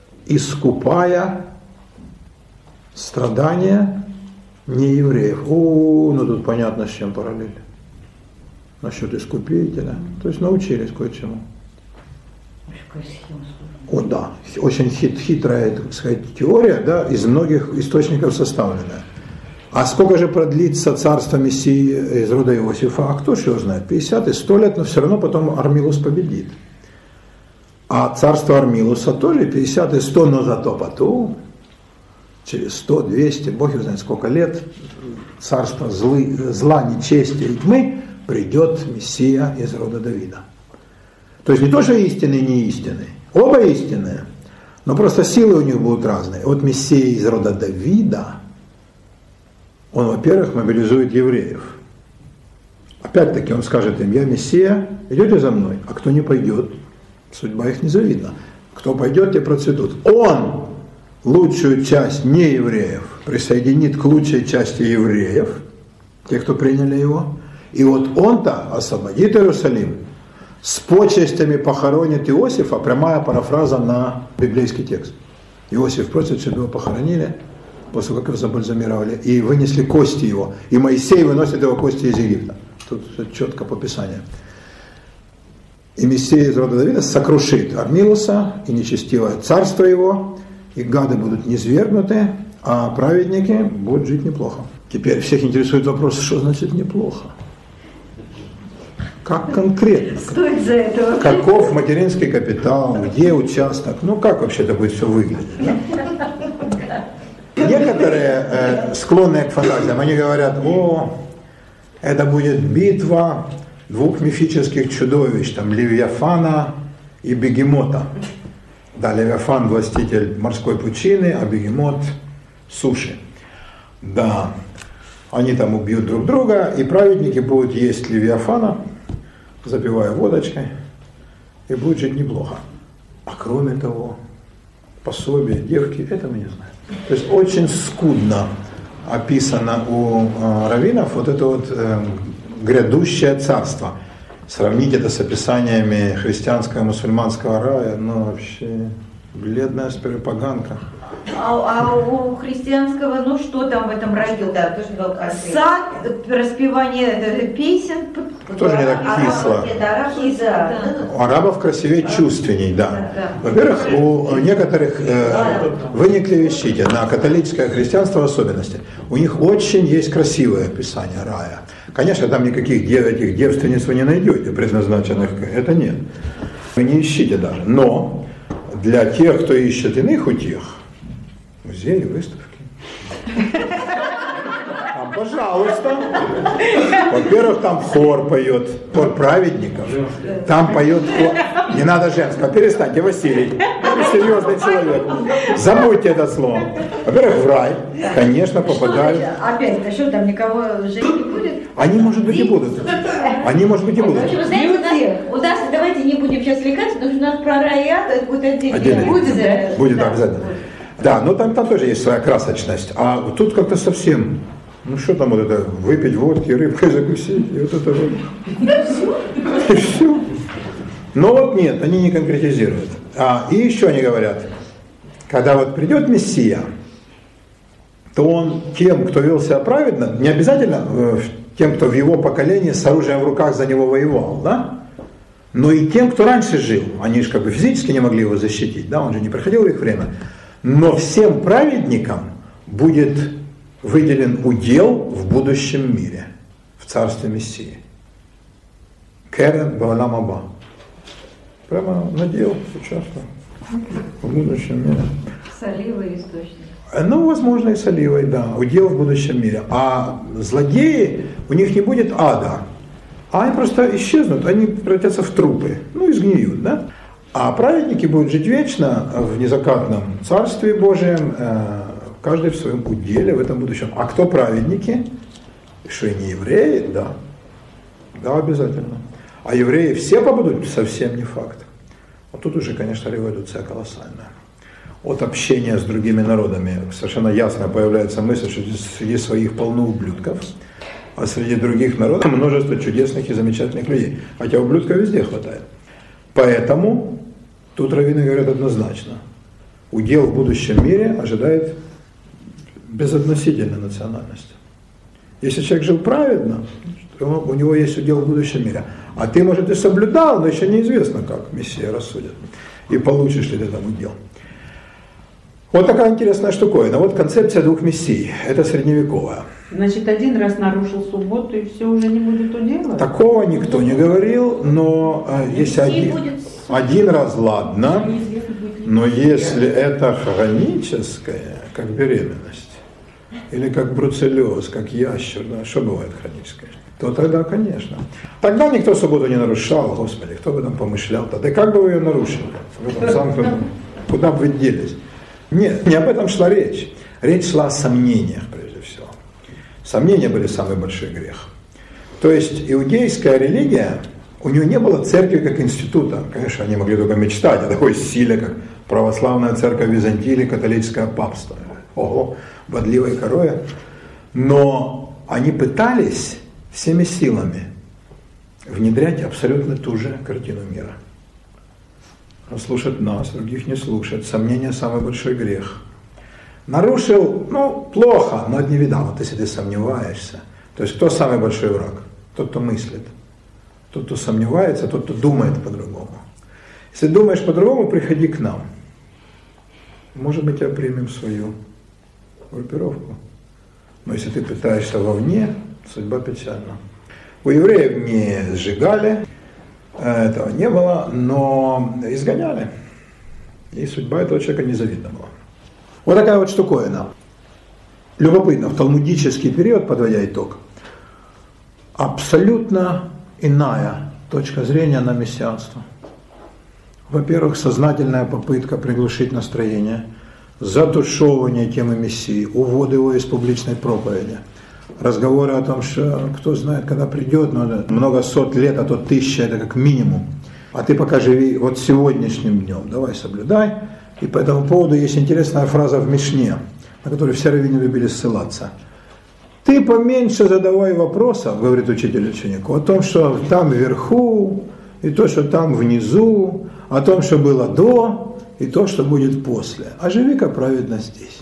искупая страдания неевреев. Тут понятно, с чем параллель. Насчет искупителя. То есть научились кое-чему. Да, очень хитрая, так сказать, теория, да, из многих источников составленная. А сколько же продлится царство Мессии из рода Иосифа? А кто же его знает? 50 и 100 лет, но все равно потом Армилус победит. А царство Армилуса тоже 50 и 100, но зато потом, через 100, 200, Бог его знает сколько лет, царство зла, нечестия и тьмы, придет Мессия из рода Давида. То есть не то, что истинный и неистинный, оба истинные, но просто силы у них будут разные. Вот Мессия из рода Давида, он, во-первых, мобилизует евреев. Опять-таки он скажет им: я Мессия, идете за мной, а кто не пойдет, судьба их незавидна. Кто пойдет, те процветут. Он лучшую часть неевреев присоединит к лучшей части евреев, тех, кто приняли его, и вот он-то освободит Иерусалим, с почестями похоронит Иосифа, прямая парафраза на библейский текст. Иосиф просит, чтобы его похоронили, после того, как его забальзамировали, и вынесли кости его, и Моисей выносит его кости из Египта. Тут все четко по Писанию. И Мессия из рода Давида сокрушит Армилуса и нечестивое царство его, и гады будут низвергнуты, а праведники будут жить неплохо. Теперь всех интересует вопрос, что значит неплохо? Как конкретно? Что из-за этого? Каков материнский капитал, где участок, ну как вообще это будет все выглядеть? Да? Некоторые, склонные к фантазиям, они говорят: о, это будет битва двух мифических чудовищ, там Левиафана и Бегемота. Да, Левиафан властитель морской пучины, а Бегемот суши. Да, они там убьют друг друга, и праведники будут есть Левиафана, запивая водочкой, и будет жить неплохо. А кроме того, пособие, девки, это мы не знаем. То есть очень скудно описано у раввинов вот это вот грядущее царство. Сравнить это с описаниями христианского, мусульманского рая, ну вообще бледная поганка. А у христианского, ну что там в этом раю? Да, тоже было Сад, распевание песен. Тоже не так кисло. У арабов красивее, чувственней, да. Во-первых, у некоторых, вы не клевещите, на католическое христианство в особенности, у них очень есть красивое описание рая. Конечно, там никаких этих девственниц вы не найдете, предназначенных, это нет. Вы не ищите даже. Но для тех, кто ищет иных утех, музеи, выставки. Там, пожалуйста. Во-первых, там хор поет, хор праведников. Там поет хор. Не надо женского. Перестаньте, Василий. Вы серьезный человек. Забудьте это слово. Во-первых, в рай, конечно, попадают. Опять, а что там, никого жить не будет? Они, может быть, и будут. Они, может быть, и будут. Вы знаете, у нас, давайте не будем сейчас отвлекаться, потому что у нас про рай и ад, это будет отдельно. Будет, обязательно. Да, но там тоже есть своя красочность. А тут как-то совсем, ну что там вот это, выпить водки, рыбкой закусить, и вот это вот. И все. Но вот нет, они не конкретизируют. И еще они говорят, когда вот придет Мессия, то он тем, кто вел себя праведно, не обязательно тем, кто в его поколении с оружием в руках за него воевал, да? Но и тем, кто раньше жил. Они же как бы физически не могли его защитить, да? Он же не проходил их время. Но всем праведникам будет выделен удел в будущем мире, в царстве Мессии. Керен баалам аба. Прямо надел сейчас в будущем мире. С оливой источник. Ну, возможно, и с оливой, да. Удел в будущем мире. А злодеи, у них не будет ада. А они просто исчезнут, они превратятся в трупы. Ну, и сгниют, да? А праведники будут жить вечно в незакатном Царстве Божьем, каждый в своем уделе в этом будущем. А кто праведники? Что и не евреи? Да. Да, обязательно. А евреи все побудут? Совсем не факт. А тут уже, конечно, революция колоссальная. От общения с другими народами совершенно ясно появляется мысль, что среди своих полно ублюдков, а среди других народов множество чудесных и замечательных людей. Хотя ублюдков везде хватает. Поэтому тут раввины говорят однозначно. Удел в будущем мире ожидает безотносительной национальности. Если человек жил праведно, то у него есть удел в будущем мире. А ты, может, и соблюдал, но еще неизвестно, как Мессия рассудит. И получишь ли ты там удел. Вот такая интересная штуковина. Вот концепция двух мессий. Это средневековая. Значит, один раз нарушил субботу, и все уже не будет удела? Такого никто не говорил, но если один... будет Один раз ладно, но если это хроническое, как беременность, или как бруцеллез, как ящер, да, что бывает хроническое, то тогда, конечно. Тогда никто субботу не нарушал, Господи, кто бы там помышлял тогда. И как бы вы ее нарушили? В этом замкнутом, куда бы вы делись? Нет, не об этом шла речь. Речь шла о сомнениях, прежде всего. Сомнения были самый большой грех. То есть иудейская религия, у нее не было церкви как института. Конечно, они могли только мечтать о такой силе, как православная церковь Византии или католическое папство. Ого, бодливой корове. Но они пытались всеми силами внедрять абсолютно ту же картину мира. Слушать нас, других не слушать. Сомнение – самый большой грех. Нарушил, плохо, но это не видал. Вот если ты сомневаешься. То есть кто самый большой враг? Тот, кто мыслит. Тот, кто сомневается, тот, кто думает по-другому. Если думаешь по-другому, приходи к нам. Может, мы тебя примем в свою группировку. Но если ты пытаешься вовне, судьба печальна. У евреев не сжигали, этого не было, но изгоняли. И судьба этого человека незавидна была. Вот такая вот штуковина. Любопытно, в талмудический период, подводя итог, абсолютно иная точка зрения на мессианство. Во-первых, сознательная попытка приглушить настроение, затушевывание темы Мессии, увод его из публичной проповеди, разговоры о том, что кто знает, когда придет, но много сот лет, а то 1000, это как минимум. А ты пока живи вот сегодняшним днем, давай соблюдай. И по этому поводу есть интересная фраза в Мишне, на которую все раввины любили ссылаться. Ты поменьше задавай вопросов, говорит учитель ученику, о том, что там вверху, и то, что там внизу, о том, что было до, и то, что будет после. А живи-ка праведно здесь.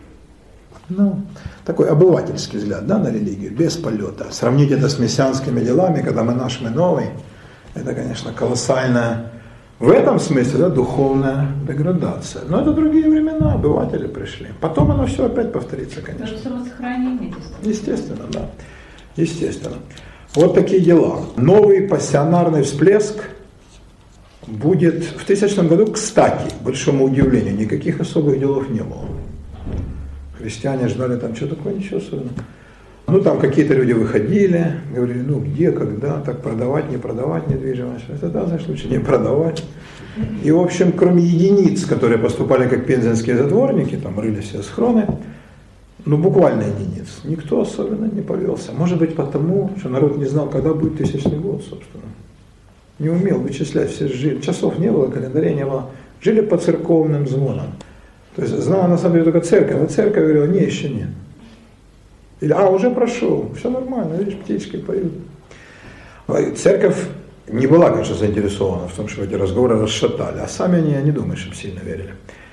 Такой обывательский взгляд, да, на религию, без полета. Сравнить это с мессианскими делами, когда мы наш, мы новый, это, конечно, колоссальная, в этом смысле, да, духовная деградация. Но это другие времена, обыватели пришли. Потом оно все опять повторится, конечно. Это самосохранение. Естественно, да. Естественно. Вот такие дела. Новый пассионарный всплеск будет в 1000 году, кстати, к большому удивлению, никаких особых делов не было. Христиане ждали там, что такое, ничего особенного. Там какие-то люди выходили, говорили, где, когда, так продавать, не продавать недвижимость. Это да, значит, лучше не продавать. И, в общем, кроме единиц, которые поступали как пензенские затворники, там рыли все схроны, буквально единиц, никто особенно не повелся. Может быть, потому, что народ не знал, когда будет 1000 год, собственно. Не умел вычислять, все жили. Часов не было, календаря не было. Жили по церковным звонам. То есть знала на самом деле только церковь, а церковь говорила, не, еще нет. Или, уже прошел, все нормально, видишь, птички поют. Церковь не была, конечно, заинтересована в том, что эти разговоры расшатали, а сами они, я не думаю, чтобы сильно верили.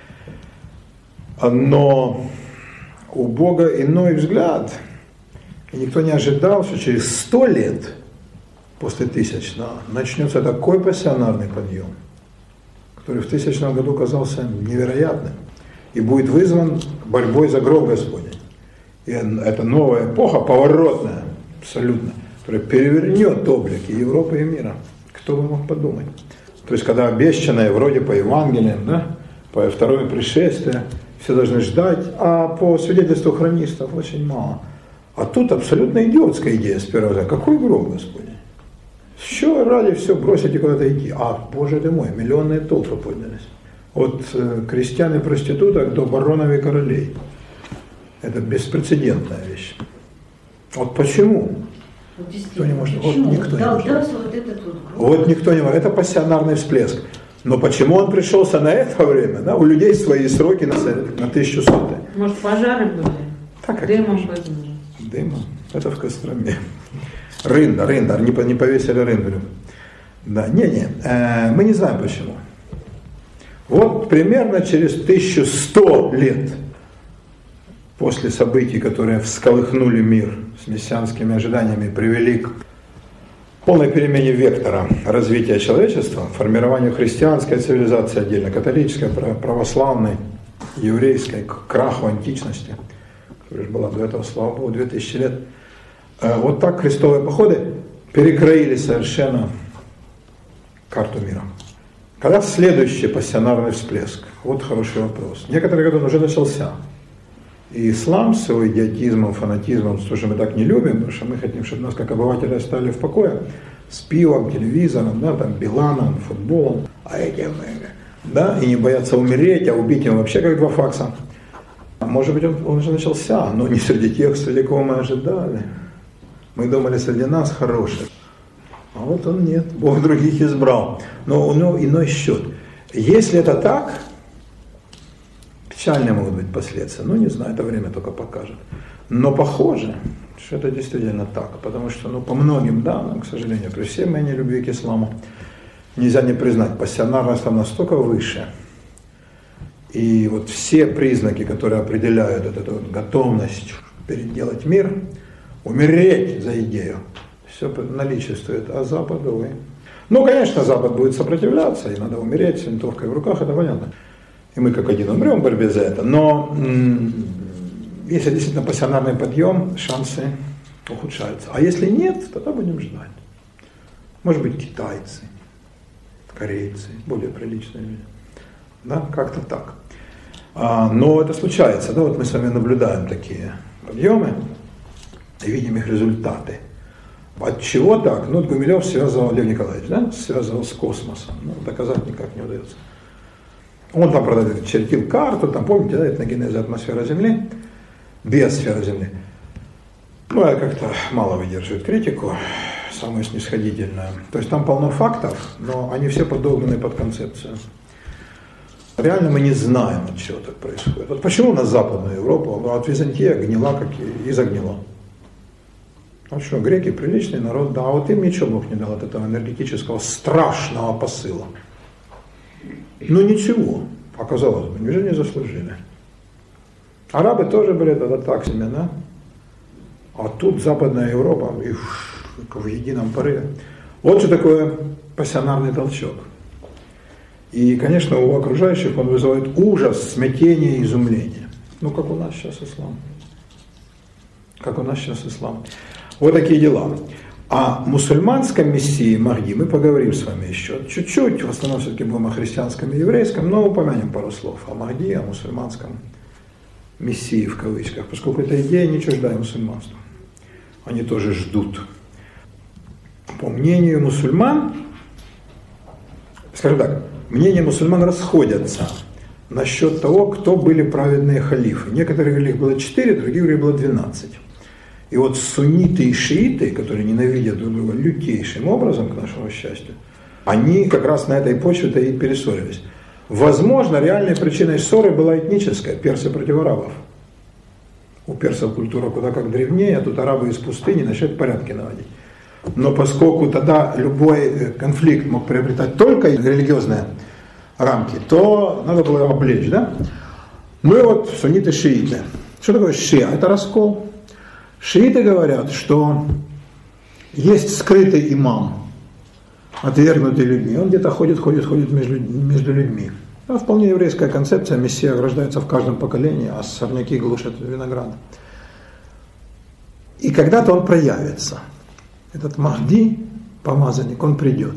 Но у Бога иной взгляд, и никто не ожидал, что через 100 лет после 1000 начнется такой пассионарный подъем, который в 1000 году казался невероятным и будет вызван борьбой за гроб Господень. И это новая эпоха, поворотная, абсолютно, которая перевернет облик и Европы, и мира. Кто бы мог подумать? То есть, когда обещанное вроде по Евангелиям, да, по второе пришествие, все должны ждать, а по свидетельству хронистов очень мало. А тут абсолютно идиотская идея с первого взгляда. Какой гроб Господень? Все ради все бросить и куда-то идти. Боже ты мой, миллионные толпы поднялись. От крестьян и проституток до баронов и королей. Это беспрецедентная вещь. Вот почему? Кто не может? Почему? Никто не может. Вот никто не может. Это пассионарный всплеск. Но почему он пришелся на это время? Да? У людей свои сроки на 1100. Может, пожары были? Так, дымом вызвано. Дымом. Это в Костроме. Рында, не повесили рынду. Да, мы не знаем почему. Вот примерно через 1100 лет после событий, которые всколыхнули мир с мессианскими ожиданиями, привели к полной перемене вектора развития человечества, формированию христианской цивилизации отдельно, католической, православной, еврейской, к краху античности, которая была до этого, слава Богу, 2000 лет. Вот так крестовые походы перекроили совершенно карту мира. Когда следующий пассионарный всплеск? Вот хороший вопрос. Некоторые говорят, он уже начался. И ислам с его идиотизмом, фанатизмом, то, что мы так не любим, потому что мы хотим, чтобы нас как обыватели оставили в покое, с пивом, телевизором, да, там, Биланом, футболом, а этим, да, и не боятся умереть, а убить им вообще как два факса. Может быть, он уже начался, но не среди тех, среди кого мы ожидали. Мы думали, среди нас хороших. А вот он нет, Бог других избрал. Но у него иной счет. Если это так, печальные могут быть последствия. Ну, не знаю, это время только покажет. Но похоже, что это действительно так. Потому что, по многим данным, к сожалению, при всей моей нелюбви к исламу, нельзя не признать, пассионарность там настолько выше. И вот все признаки, которые определяют эту готовность переделать мир, умереть за идею, все наличествует, а Запад, увы. Ну, конечно, Запад будет сопротивляться, и надо умереть с винтовкой в руках, это понятно. И мы как один умрем в борьбе за это. Но если действительно пассионарный подъем, шансы ухудшаются. А если нет, тогда будем ждать. Может быть, китайцы, корейцы, более приличные люди. Да, как-то так. Но это случается. Да, вот мы с вами наблюдаем такие подъемы и видим их результаты. От чего так? Ну, Гумилев связывал, Лев Николаевич, да, связывал с космосом. Ну, доказать никак не удается. Он там, правда, чертил карту, там, помните, да, этногенеза атмосфера Земли, биосфера Земли. Ну, это как-то мало выдерживает критику, самую снисходительную. То есть там полно фактов, но они все подогнаны под концепцию. Реально мы не знаем, от чего так происходит. Вот почему у нас Западная Европа, от Византия гнила, как и загнила. А что, греки приличный народ, да, а вот им ничего Бог не дал от этого энергетического страшного посыла. Ну ничего, оказалось бы, неужели не заслужили. Арабы тоже были тогда так себе, да? А тут Западная Европа и в едином порыве. Вот что такое пассионарный толчок. И, конечно, у окружающих он вызывает ужас, смятение, изумление. Ну, как у нас сейчас ислам. Как у нас сейчас ислам. Вот такие дела. О мусульманском мессии Махди мы поговорим с вами еще чуть-чуть. В основном все-таки будем о христианском и еврейском, но упомянем пару слов о Махди, о мусульманском мессии в кавычках, поскольку эта идея не чуждая мусульманству. Они тоже ждут. По мнению мусульман, скажем так, мнения мусульман расходятся насчет того, кто были праведные халифы. Некоторые говорили, их было 4, другие говорили, было 12. И вот сунниты и шииты, которые ненавидят друг друга лютейшим образом, к нашему счастью, они как раз на этой почве-то и перессорились. Возможно, реальной причиной ссоры была этническая, персы против арабов. У персов культура куда как древнее, а тут арабы из пустыни начинают порядки наводить. Но поскольку тогда любой конфликт мог приобретать только религиозные рамки, то надо было его облечь, да? Ну и вот сунниты, шииты. Что такое шиа? Это раскол. Шииты говорят, что есть скрытый имам, отвергнутый людьми. Он где-то ходит между людьми. Это вполне еврейская концепция. Мессия рождается в каждом поколении, а сорняки глушат виноград. И когда-то он проявится. Этот Махди, помазанник, он придет.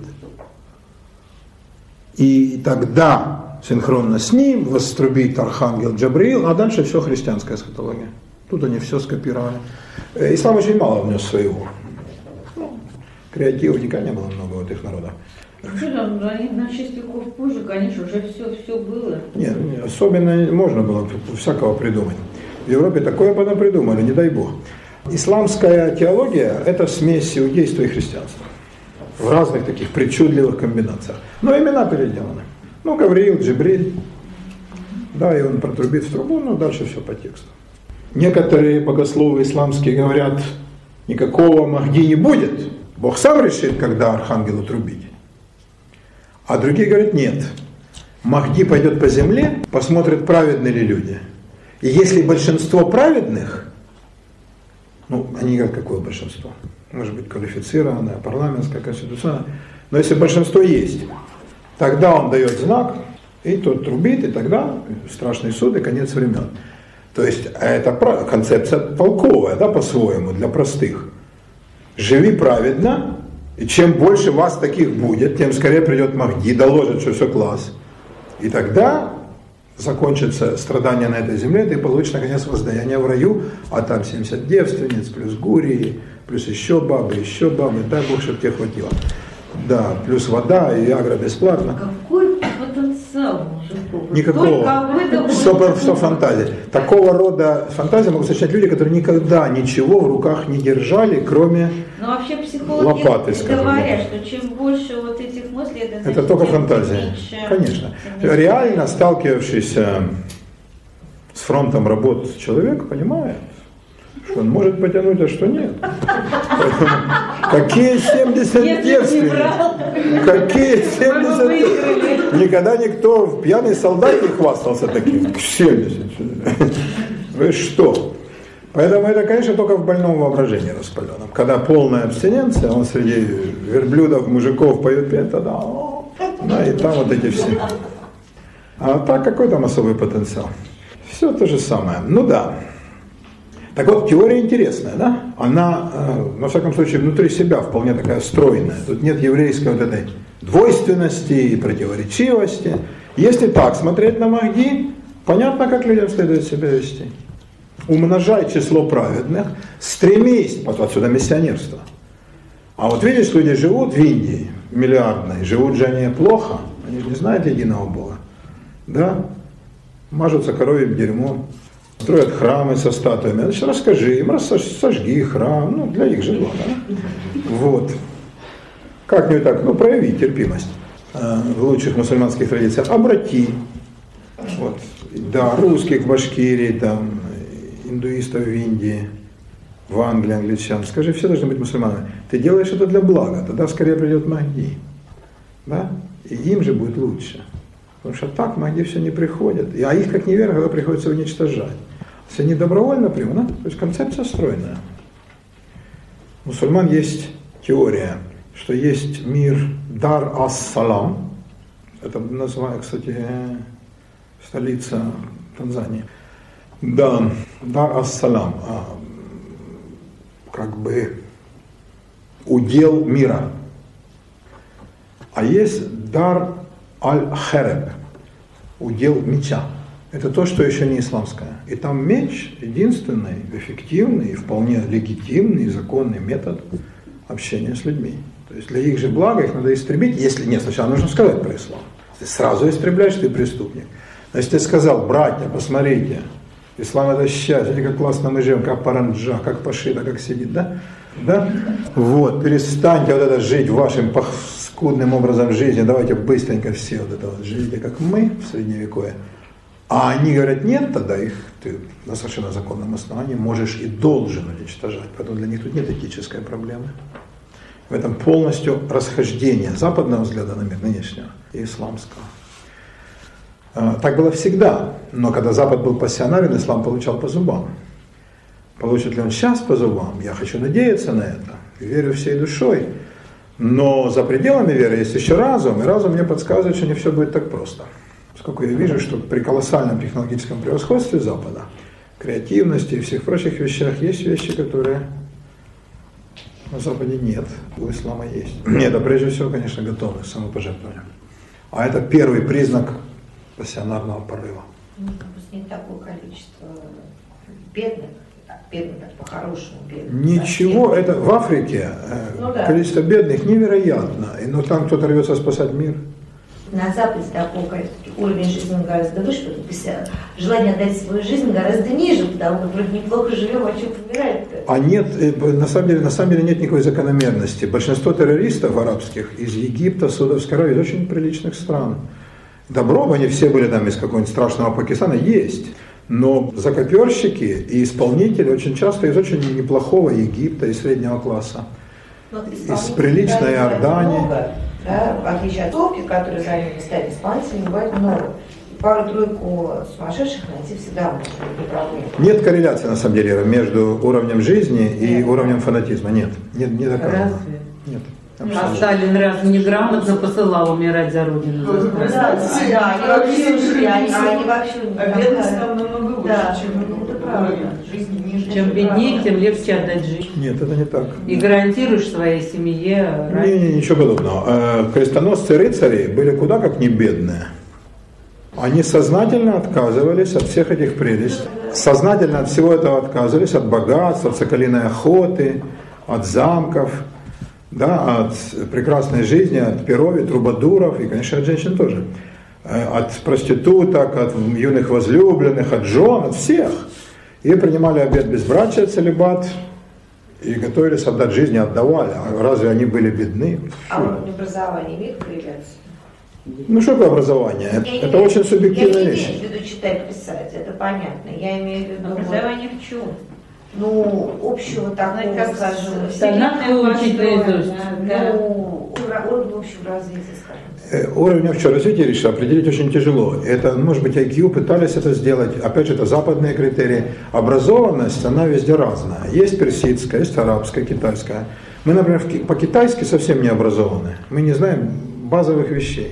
И тогда синхронно с ним вострубит архангел Джабриил, а дальше все христианская эсхатология. Тут они все скопировали. Ислам очень мало внес своего. Креатива никогда не было много в этих народах. Они на 6 веков позже, конечно, уже все было. Нет, особенно можно было всякого придумать. В Европе такое потом придумали, не дай бог. Исламская теология – это смесь иудейства и христианства. В разных таких причудливых комбинациях. Но имена переделаны. Гавриил, Джибриль. Да, и он протрубит в трубу, но дальше все по тексту. Некоторые богословы исламские говорят, никакого Махди не будет. Бог сам решит, когда архангелу трубить. А другие говорят, нет. Махди пойдет по земле, посмотрит, праведны ли люди. И если большинство праведных, они говорят, какое большинство? Может быть, квалифицированное, парламентское, конституционное. Но если большинство есть, тогда он дает знак, и тот трубит, и тогда страшный суд и конец времен. То есть это концепция толковая, да, по-своему, для простых. Живи праведно, И чем больше вас таких будет, тем скорее придет Махди, доложит, что все класс. И тогда закончится страдание на этой земле, ты получишь наконец воздаяние в раю, а там 70 девственниц, плюс гурии, плюс еще бабы, дай Бог, чтобы тебе хватило. Да, плюс вода и агро бесплатно. Какой потенциал мужиков? Никакого. Все фантазия. Такого рода фантазии могут сочинять люди, которые никогда ничего в руках не держали, кроме Но вообще психологи лопаты, говорят, что чем больше вот этих мыслей, это только фантазия. меньше. Конечно. Реально сталкивавшийся с фронтом работ человек понимает, что он может потянуть, а что нет. Какие 70 девственниц? Какие 70? Никогда никто, пьяный солдат, не хвастался таким. 70. Вы что? Поэтому это, конечно, только в больном воображении распаленном. Когда полная абстиненция, он среди верблюдов, мужиков поет петь, тогда, да, и там вот эти все. А так какой там особый потенциал? Все то же самое. Ну да. Так вот, теория интересная, да? Она, во всяком случае, внутри себя вполне такая стройная. Тут нет еврейской вот этой двойственности и противоречивости. Если так смотреть на Махди, понятно, как людям следует себя вести. Умножай число праведных, стремись, вот отсюда миссионерство. А вот видишь, люди живут в Индии, миллиардной, живут же они плохо, они же не знают единого Бога. Да? Мажутся коровьим дерьмом. Строят храмы со статуями. Значит, расскажи им, сожги храм, ну, для их же блага. Вот. Как-нибудь так, ну, прояви терпимость в лучших мусульманских традициях. Обрати. Вот. Да, русских в Башкирии, там, индуистов в Индии, в Англии, англичан. Скажи, все должны быть мусульманами. Ты делаешь это для блага, тогда скорее придет Махди. Да? И им же будет лучше. Потому что так Махди все не приходят. А их, как неверных, приходится уничтожать. Если они добровольно примут, да? То есть концепция стройная. У мусульман есть теория, что есть мир Дар ас-Салам. Это название, кстати, столица Танзании. Да, Дар ас-Салам. Как бы удел мира. А есть Дар аль-Хереб, удел меча. Это то, что еще не исламское. И там меч единственный, эффективный, и вполне легитимный и законный метод общения с людьми. То есть для их же блага их надо истребить, если нет, сначала нужно сказать про ислам. Ты сразу истребляешь, ты преступник. Значит, ты сказал, братья, посмотрите, ислам это счастье, смотрите, как классно мы живем, как паранджа, как пашита, как сидит, да? Да? Вот, перестаньте вот это жить вашим скудным образом жизни, давайте быстренько все вот это вот живите, как мы в Средневековье. А они говорят, нет, тогда их ты на совершенно законном основании можешь и должен уничтожать. Поэтому для них тут нет этической проблемы. В этом полностью расхождение западного взгляда на мир нынешнего и исламского. Так было всегда, но когда Запад был пассионарен, ислам получал по зубам. Получит ли он сейчас по зубам? Я хочу надеяться на это, верю всей душой. Но за пределами веры есть еще разум, и разум мне подсказывает, что не все будет так просто. Поскольку я вижу, что при колоссальном технологическом превосходстве Запада, креативности и всех прочих вещах, есть вещи, которые на Западе нет, у ислама есть. Нет, а прежде всего, конечно, готовность к самопожертвованию. А это первый признак пассионарного порыва. Просто не такое количество бедных. Бедных, так по-хорошему бедных. Ничего, это в Африке количество бедных невероятно, но там кто-то рвется спасать мир. На Западе такой уровень жизни гораздо выше, желание отдать свою жизнь гораздо ниже, потому что вроде неплохо живем, а что помирает-то? А нет, на самом деле нет никакой закономерности. Большинство террористов арабских из Египта, Саудовской Аравии, из очень приличных стран. Добро, они все были там из какого-нибудь страшного Пакистана, есть. Но закоперщики и исполнители очень часто из очень неплохого Египта и среднего класса. Из приличной Иордании. Да, в отличие от топки, которые заняли стали исполнителями, бывает много. Пару-тройку сумасшедших найти всегда можно, не проблема. Нет корреляции, на самом деле, между уровнем жизни и уровнем фанатизма. Нет, не доказано. Разве? Нет. А Сталин разве неграмотно посылал умирать за Родину? Да, они вообще ушли, они вообще... А бедность там намного выше, чем это правда. жизни ниже. Чем беднее, тем легче отдать жизнь. Нет, это не так. И гарантируешь своей семье рай. Не, ничего подобного. Крестоносцы-рыцари были куда как не бедные. Они сознательно отказывались от всех этих прелестей. Сознательно от всего этого отказывались, от богатства, от соколиной охоты, от замков, да, от прекрасной жизни, от перов и трубадуров, и, конечно, от женщин тоже. От проституток, от юных возлюбленных, от жен, от всех. И принимали обет безбрачия, целибат, и готовились отдать жизнь, и отдавали. А разве они были бедны? А уровень образования имеет корреляцию? Ну что такое образование? Это очень субъективная вещь. Я не имею в виду читать, писать, это понятно. Я имею в виду Образование в чем? ну, общего такого, как скажем, Танах выучить наизусть. ну, уровень общего развития, скажем. Уровень общего развития решили определить очень тяжело. Это, может быть, IQ пытались это сделать. Опять же, это западные критерии. Образованность, она везде разная. Есть персидская, есть арабская, китайская. Мы, например, по-китайски совсем не образованы. Мы не знаем базовых вещей.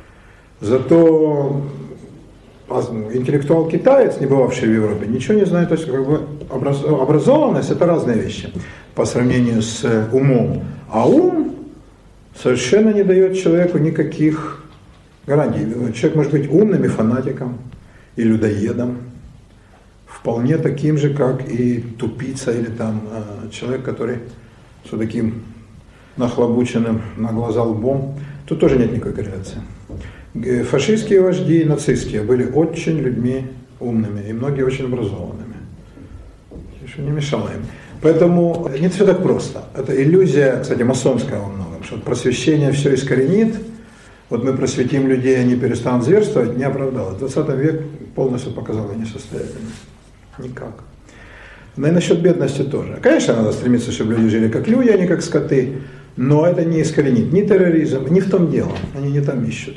Зато интеллектуал-китаец, не бывавший в Европе, ничего не знает. То есть как бы образованность – это разные вещи по сравнению с умом. А ум совершенно не дает человеку никаких гарантий. Человек может быть умным и фанатиком, и людоедом, вполне таким же, как и тупица, или там человек, который с таким нахлобученным на глаза лбом. Тут тоже нет никакой корреляции. Фашистские вожди, нацистские, были очень людьми умными и многие очень образованными. Что не мешало им. Поэтому не все так просто. Это иллюзия, кстати, масонская во многом, что просвещение все искоренит. Вот мы просветим людей, они перестанут зверствовать, не оправдалось. 20 век полностью показал несостоятельность. Никак. Ну и насчет бедности тоже. Конечно, надо стремиться, чтобы люди жили как люди, а не как скоты. Но это не искоренит ни терроризм, не в том дело. Они не там ищут.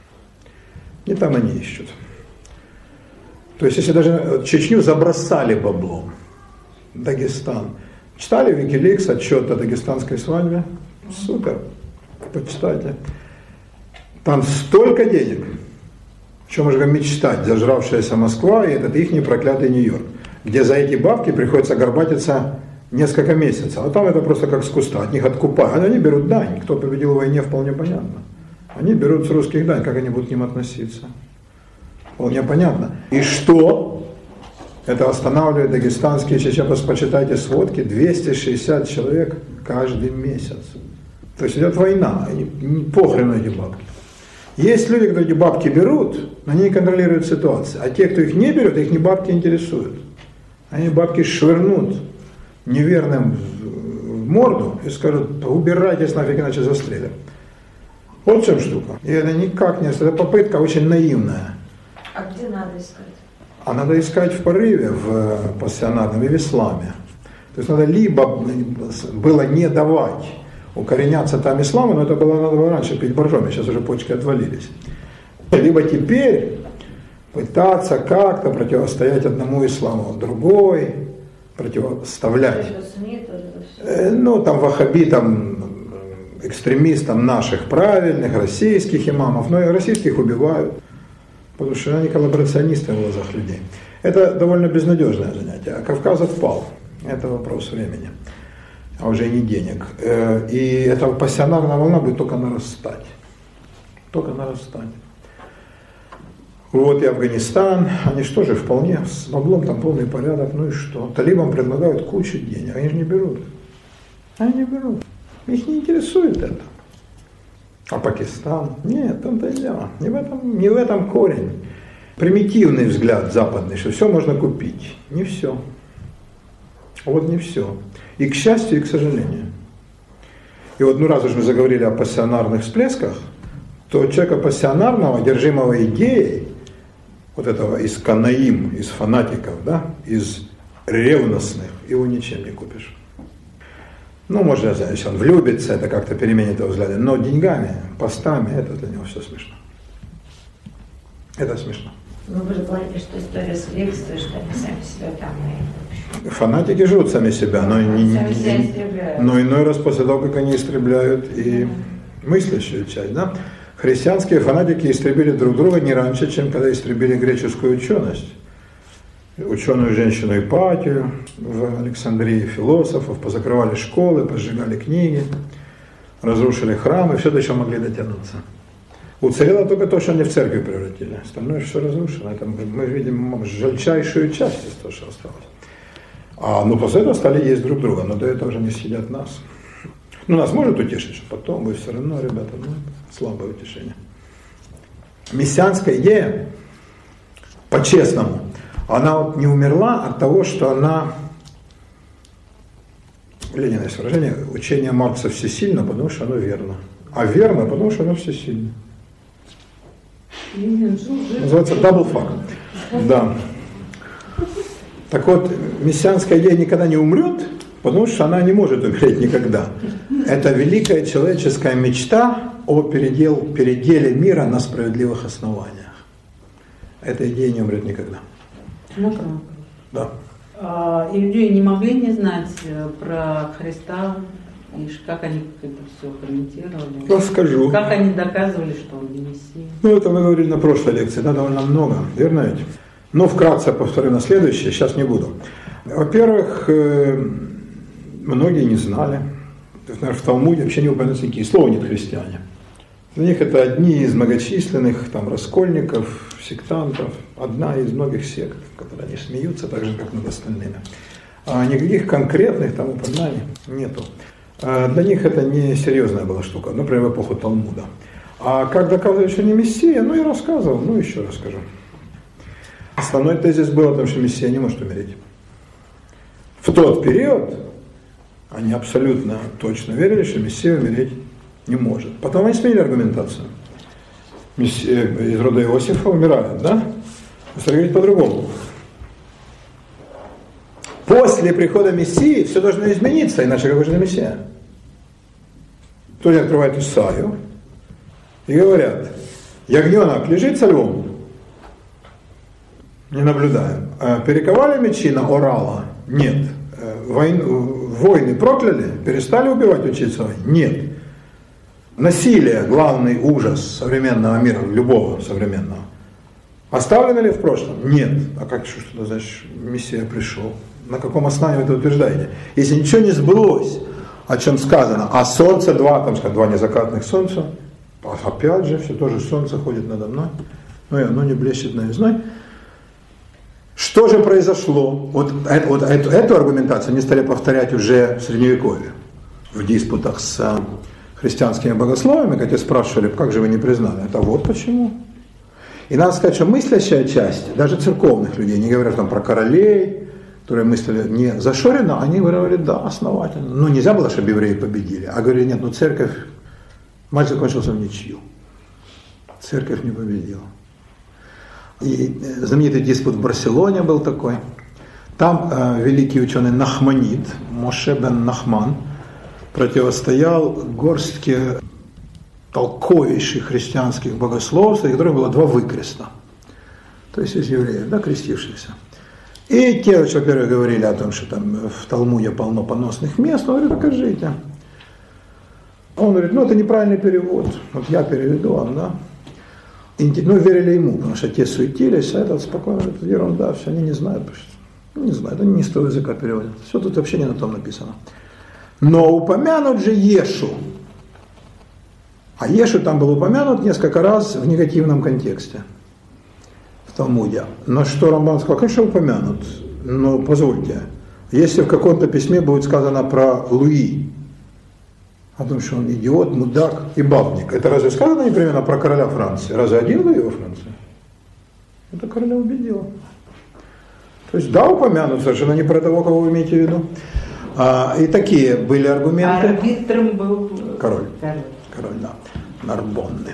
Не там они ищут. То есть, если даже Чечню забросали баблом, Дагестан. Читали Wikileaks отчет о дагестанской свадьбе? Супер. Почитайте. Там столько денег, о чем можно мечтать, зажравшаяся Москва и этот ихний проклятый Нью-Йорк, где за эти бабки приходится горбатиться несколько месяцев. А там это просто как с куста, от них откупают. Они берут дань. Кто победил в войне, вполне понятно. Они берут с русских дань, как они будут к ним относиться. Вполне понятно. И что? Это останавливает дагестанские, сейчас почитайте сводки, 260 человек каждый месяц. То есть идет война, они похрен на эти бабки. Есть люди, которые эти бабки берут, но они не контролируют ситуацию. А те, кто их не берет, их не бабки интересуют. Они бабки швырнут неверным в морду и скажут: убирайтесь нафиг, иначе застрелят. Вот в чем штука. И это никак не... Это попытка очень наивная. А где надо искать? А надо искать в порыве, в пассионарном и в исламе. То есть надо либо было не давать укореняться там исламу, но это было надо было раньше пить боржоми, сейчас уже почки отвалились. Либо теперь пытаться как-то противостоять одному исламу, другой, противоставлять. Ну, там ваххабитам, экстремистам наших правильных, российских имамов, но и российских убивают, потому что они коллаборационисты в глазах людей. Это довольно безнадежное занятие. А Кавказ отпал. Это вопрос времени, а уже не денег. И эта пассионарная волна будет только нарастать. Только нарастать. Вот и Афганистан, они что же, вполне с баблом там полный порядок, ну и что? Талибам предлагают кучу денег, они же не берут. Они не берут. Их не интересует это. А Пакистан? Нет, там-то и дело. Не в этом корень. Примитивный взгляд западный, что все можно купить. Не все. Вот не все. И к счастью, и к сожалению. И вот, ну раз уж мы заговорили о пассионарных всплесках, то человека пассионарного, одержимого идеей, вот этого из канаим, из фанатиков, да, из ревностных, его ничем не купишь. Ну, можно, если он влюбится, это как-то переменит его взгляды, но деньгами, постами, это для него все смешно. Это смешно. Ну, вы же говорите, что история свидетельствует, что они сами себя там и... Фанатики живут сами себя, но иной раз после того, как они истребляют и мыслящую часть, да? Христианские фанатики истребили друг друга не раньше, чем когда истребили греческую ученость. ученую женщину Ипатию в Александрии, философов, позакрывали школы, поджигали книги, разрушили храмы, все до чего могли дотянуться. Уцелело только то, что они в церкви превратили. Остальное все разрушено. Это мы видим жальчайшую часть из того, что осталось. Но после этого стали есть друг друга, но до этого уже не съедят нас. Нас может утешить, что потом будет все равно, ребята, слабое утешение. Мессианская идея, по-честному, она не умерла от того, что она, Ленина есть выражение, учение Маркса всесильно, потому что оно верно. А верно, потому что оно всесильно. Называется double fuck. Да. Так вот, мессианская идея никогда не умрет, потому что она не может умереть никогда. Это великая человеческая мечта о переделе мира на справедливых основаниях. Эта идея не умрет никогда. Можно? Да. Иудеи не могли не знать про Христа, и как они это все комментировали? Расскажу. Как они доказывали, что он не Мессия? Это мы говорили на прошлой лекции, да, довольно много, верно ведь? Но вкратце повторю на следующее, сейчас не буду. Во-первых, многие не знали. Например, в Талмуде вообще не упоминаются никакие слова нет христиане. Для них это одни из многочисленных раскольников, сектантов, одна из многих сект, в которой они смеются, так же, как над остальными. А никаких конкретных упоминаний нету. Для них это не серьезная была штука, например, в эпоху Талмуда. А как доказывать, что не Мессия, я рассказывал, еще расскажу. Основной тезис был о том, что Мессия не может умереть. В тот период они абсолютно точно верили, что Мессия умереть не может. Потом они сменили аргументацию. Мессия из рода Иосифа умирает, да? Стали говорить по-другому. После прихода Мессии все должно измениться, иначе какой же Мессия? Кто-то открывает Исаию и говорят, ягненок лежит со львом? Не наблюдаем. Перековали мечи на орала? Нет. Войны прокляли? Перестали убивать, учиться? Нет. Насилие, главный ужас современного мира, любого современного, оставлено ли в прошлом? Нет. А как что значит Мессия пришел? На каком основании вы это утверждаете? Если ничего не сбылось, о чем сказано, а солнце два незакатных солнца, опять же, все тоже солнце ходит надо мной, и оно не блещет новизной. Что же произошло? Эту аргументацию они стали повторять уже в Средневековье, в диспутах с христианскими богословами, когда спрашивали, как же вы не признали? Это вот почему. И надо сказать, что мыслящая часть, даже церковных людей, не говоря про королей, которые мыслили не зашоренно, они говорили, да, основательно. Нельзя было, чтобы евреи победили. А говорили, нет, церковь, матч закончился в ничью. Церковь не победила. И знаменитый диспут в Барселоне был такой. Там великий ученый Нахманид, Моше бен Нахман, противостоял горстке толковейших христианских богословов, среди которых было два выкреста. То есть из евреев, крестившихся. И те, во-первых, говорили о том, что там в Талмуде полно поносных мест. Он говорит, докажите. Он говорит, это неправильный перевод. Вот я переведу вам, да. Верили ему, потому что те суетились, а этот спокойно говорит, ерунда, все, они не знают. Не знают, они не с того языка переводят. Все тут вообще не на том написано. Но упомянут же Ешу. А Ешу там был упомянут несколько раз в негативном контексте. В Талмуде. Но что Рамбан сказал, конечно, упомянут. Но позвольте, если в каком-то письме будет сказано про Луи, о том, что он идиот, мудак и бабник. Это разве сказано непременно про короля Франции? Разве один Луи во Франции? Это короля убедило. То есть, да, упомянут, совершенно не про того, кого вы имеете в виду. И такие были аргументы. Арбитром был король. Король, да. Нарбонны.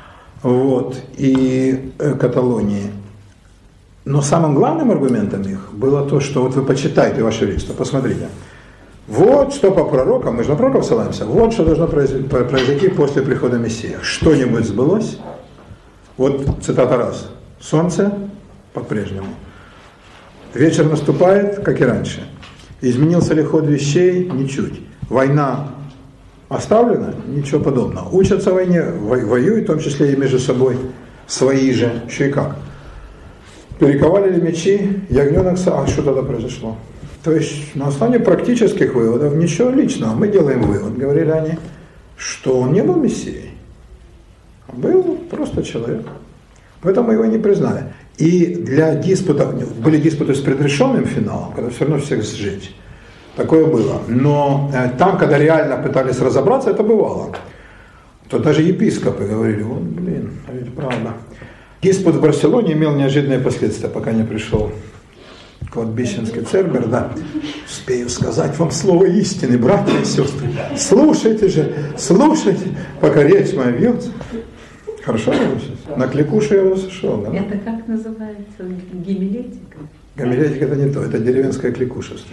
И Каталонии. Но самым главным аргументом их было то, что вы почитайте, Ваше Величество, посмотрите. Вот что по пророкам, мы же на пророков ссылаемся, вот что должно произойти после прихода Мессии. Что-нибудь сбылось? Вот цитата раз. Солнце по-прежнему. Вечер наступает, как и раньше. Изменился ли ход вещей? Ничуть. Война оставлена? Ничего подобного. Учатся войне, воюют, в том числе и между собой. Свои же, еще и как. перековали ли мечи, ягненок, а что тогда произошло? То есть на основании практических выводов, ничего личного, мы делаем вывод, говорили они, что он не был мессией, а был просто человек. Поэтому его не признали. И для диспутов, были диспуты с предрешенным финалом, когда все равно всех сжечь. Такое было. Но там, когда реально пытались разобраться, это бывало. То даже епископы говорили, вот блин, а ведь правда. Диспут в Барселоне имел неожиданные последствия, пока не пришел кладбищенский Цербер, да. Успею сказать вам слово истины, братья и сестры. Слушайте же, слушайте, пока речь моя вьется. Хорошо? На кликушу я уже сошел, да? Это как называется? Гомилетика? Гомилетика это не то, это деревенское кликушество.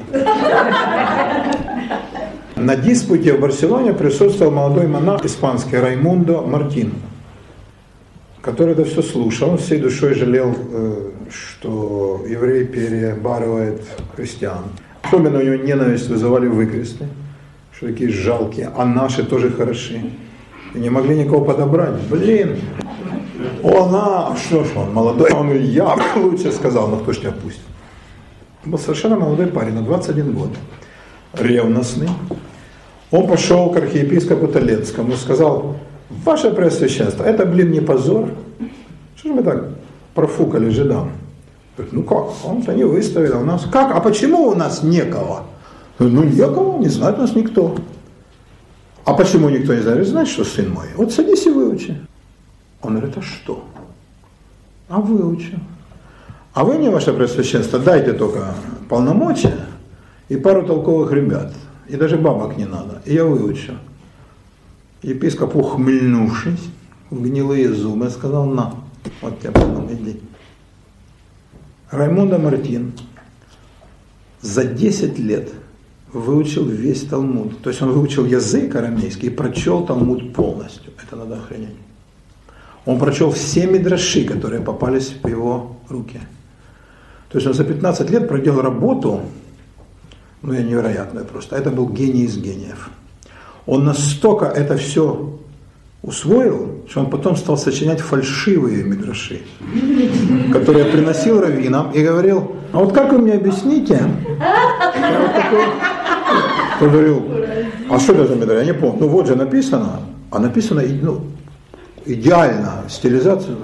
На диспуте в Барселоне присутствовал молодой монах испанский Раймундо Мартин, который это все слушал, он всей душой жалел, что еврей перебарывает христиан. Особенно у него ненависть вызывали выкресты, что такие жалкие, а наши тоже хороши. И не могли никого подобрать. Блин, что ж он молодой, он я лучше сказал, но кто ж тебя пустит. Был совершенно молодой парень, на 21 год, ревностный. Он пошел к архиепископу Толедскому и сказал: ваше Преосвященство, это, блин, не позор? Что же мы так профукали жидам? Говорит, ну как, он-то не выставил у нас. Как, а почему у нас некого? Ну некого, не знает нас никто. А почему никто не знает? Знаешь что, сын мой, вот садись и выучи. Он говорит, а что? А выучу. А вы мне, ваше Преосвященство, дайте только полномочия и пару толковых ребят. И даже бабок не надо. И я выучу. Епископ, ухмыльнувшись, в гнилые зубы, сказал, на, вот тебе потом иди. Раймундо Мартин за 10 лет выучил весь Талмуд. То есть он выучил язык арамейский и прочел Талмуд полностью. Это надо охранять. Он прочел все мидраши, которые попались в его руки. То есть он за 15 лет проделал работу, ну я невероятная просто. Это был гений из гениев. Он настолько это все усвоил, что он потом стал сочинять фальшивые мидраши, которые приносил раввинам и говорил, а вот как вы мне объясните? Я вот такой, он говорил, а что это за мидраш? Я не помню. Ну вот же написано, а написано, ну, идеально, стилизация.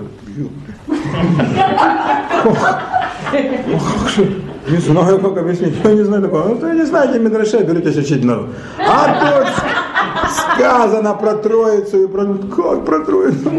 Не знаю, как объяснить. Я не знаю такого. Ну, вы не знаете мидрашей, беретесь учить народ. А тут сказано про Троицу и про... Как про Троицу?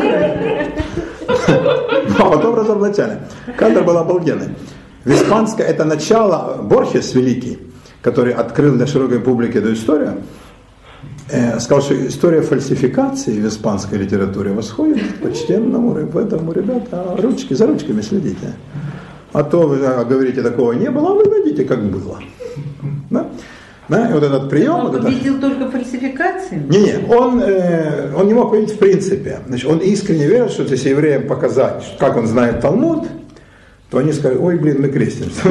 А потом разоблачали. Кадр был обалденный. В испанском это начало Борхес великий, который открыл для широкой публики эту историю, сказал, что история фальсификации в испанской литературе восходит к почтенному, поэтому, ребята, ручки за ручками следите. А то вы говорите, такого не было, а вы видите, как было. Да? Да? И вот этот прием... Он видел только фальсификации? Он не мог видеть в принципе. Значит, он искренне верил, что если евреям показать, как он знает Талмуд, то они скажут, ой, блин, мы крестимся.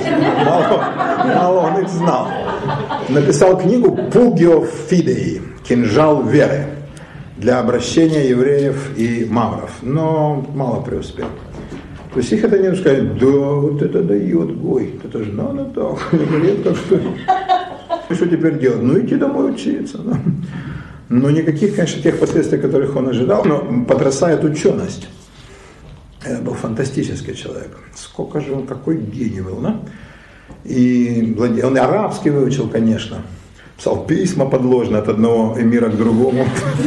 Мало он их знал. Написал книгу «Пугио Фидеи», «Кинжал веры», для обращения евреев и мавров, но мало преуспел. То есть их это не сказать, да, вот это дает, ой, это же надо так, редко что теперь делать? Ну идти домой учиться. Да? Но никаких, конечно, тех последствий, которых он ожидал, но потрясает ученость. Это был фантастический человек. Сколько же он, какой гений был, да? И он и арабский выучил, конечно. Писал письма подложно от одного эмира к другому.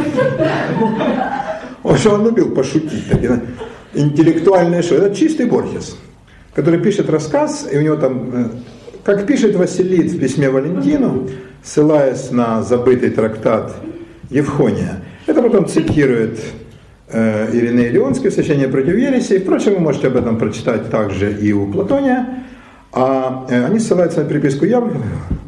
Он любил пошутить. Интеллектуальное шоу. Это чистый Борхес, который пишет рассказ, и у него там, как пишет Василит в письме Валентину, ссылаясь на забытый трактат Евхония. Это потом цитирует Ириней Леонский в «Сочинении против ереси». Впрочем, вы можете об этом прочитать также и у Платония. А они ссылаются на приписку Яблока.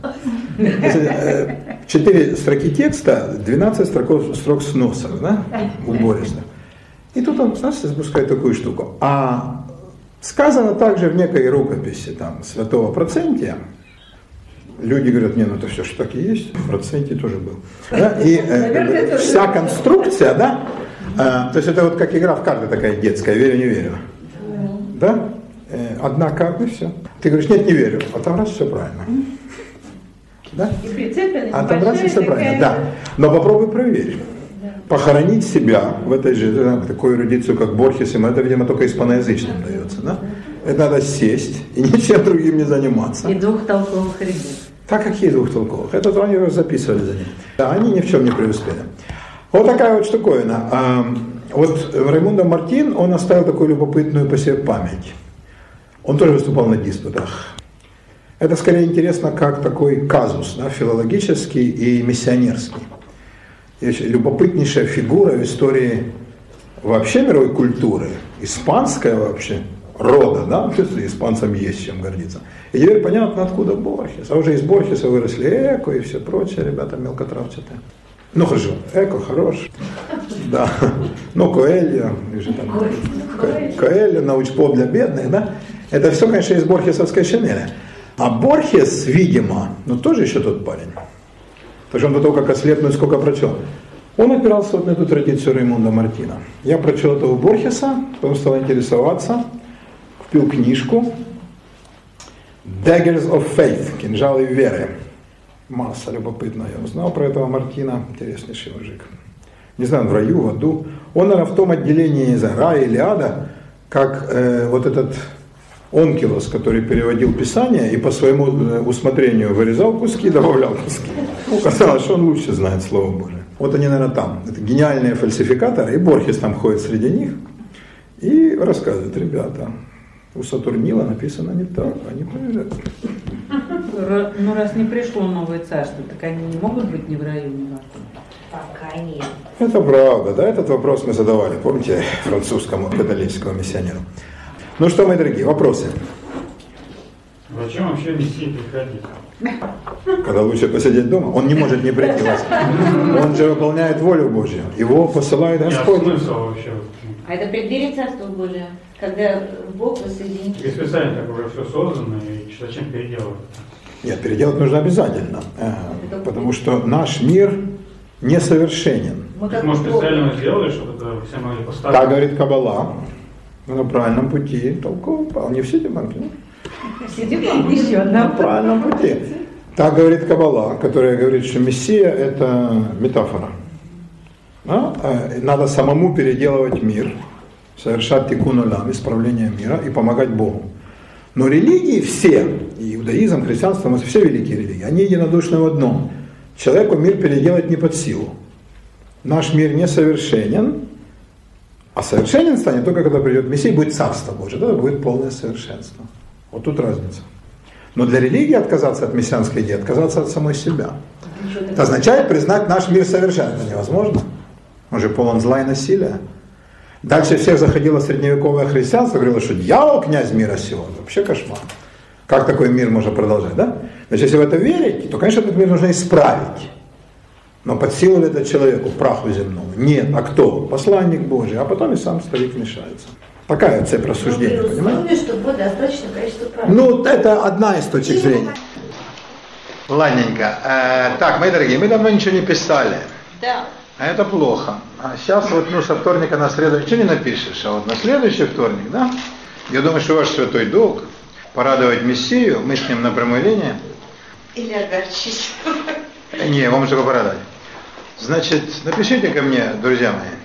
4 строки текста, 12 строк сносов, да, убористо. И тут он, знаете, запускает такую штуку. А сказано также в некой рукописи там, святого Процентия. Люди говорят, не, ну это все, что так и есть, в Процентии тоже был. Да? И вся конструкция, да, то есть это вот как игра в карты такая детская, верю, не верю. Да? одна капля, все. Ты говоришь, нет, не верю. А там раз все правильно. Да? А там раз все правильно, да. Но попробуй проверить. Похоронить себя в этой же, такую эрудицию, как Борхес, им это, видимо, только испаноязычным дается. Да? Это надо сесть и ничем другим не заниматься. И двухтолковых ребят. Так какие двухтолковых? Это они записывали за ним. Да, они ни в чем не преуспели. Вот такая вот штуковина. Вот Раймундо Мартин, он оставил такую любопытную по себе память. Он тоже выступал на диспутах. Это скорее интересно как такой казус, да, филологический и миссионерский. Любопытнейшая фигура в истории вообще мировой культуры, испанская вообще, рода, да, то есть испанцам есть чем гордиться. И теперь понятно, откуда Борхес. А уже из Борхеса выросли Эко и все прочее, ребята мелкотравчатые. Ну хорошо, Эко хорош, да, ну Коэльо, Коэльо, научпоп для бедных, да, это все, конечно, из борхесовской шинели. А Борхес, видимо, ну тоже еще тот парень, потому что он до того, как ослепнуть, сколько прочел, он опирался вот на эту традицию Раймундо Мартина. Я прочел этого Борхеса, потом стал интересоваться, купил книжку Daggers of Faith, кинжалы веры. Масса любопытная. Я узнал про этого Мартина, интереснейший мужик. Не знаю, в раю, в аду. Он, наверное, в том отделении, не знаю, рая или ада, как вот этот Онкилос, который переводил Писание и по своему усмотрению вырезал куски, добавлял куски. Ну, казалось, что он лучше знает Слово Божие. Вот они, наверное, там. Это гениальные фальсификаторы, и Борхес там ходит среди них и рассказывает, ребята, у Сатурнила написано не так, они проверяют. Ну, раз не пришло новое царство, так они не могут быть ни в раю, ни в аду. Пока нет. Это правда, да, этот вопрос мы задавали, помните, французскому католическому миссионеру. Ну что, мои дорогие, вопросы? Зачем вообще Мессии приходить? Когда лучше посидеть дома, он не может не прийти вас. Он же выполняет волю Божью. Его посылает Господь. Нет смысла вообще. А это преддверие Царства Божия, когда Бог воссоединит. И специально так уже все создано, и зачем переделывать? Нет, переделать нужно обязательно, потому что наш мир несовершенен. Может, специально сделали, чтобы это все могли поставить? Так говорит Каббала, на правильном пути, толково, не все демонки, Еще одна. на правильном пути. Так говорит Каббала, которая говорит, что Мессия – это метафора. Да? Надо самому переделывать мир, совершать тикун олам, исправление мира и помогать Богу. Но религии все, и иудаизм, христианство, все великие религии, они единодушны в одном. Человеку мир переделать не под силу. Наш мир несовершенен, а совершенен станет только когда придет Мессия, будет Царство Божие, тогда будет полное совершенство. Вот тут разница. Но для религии отказаться от мессианской идеи, отказаться от самой себя. Это означает признать наш мир совершенным. Это невозможно. Он же полон зла и насилия. Дальше всех заходило средневековое христианство, говорило, что дьявол князь мира сего. Вообще кошмар. Как такой мир можно продолжать, да? Значит, если в это верить, то, конечно, этот мир нужно исправить. Но под силу ли это человеку, праху земному? Нет. А кто? Посланник Божий. А потом и сам старик вмешается. Такая цепь рассуждения, понимаете? Что будет достаточное количество прав. Ну, это одна из точек зрения. Ладненько. Так, мои дорогие, мы давно ничего не писали. Да. А это плохо. А сейчас вот, со вторника на среду ничего не напишешь, а вот на следующий вторник, да? Я думаю, что ваш святой долг порадовать Мессию, мы с ним на прямой линии. Или огорчить. Не, вам только порадовать. Значит, напишите ко мне, друзья мои.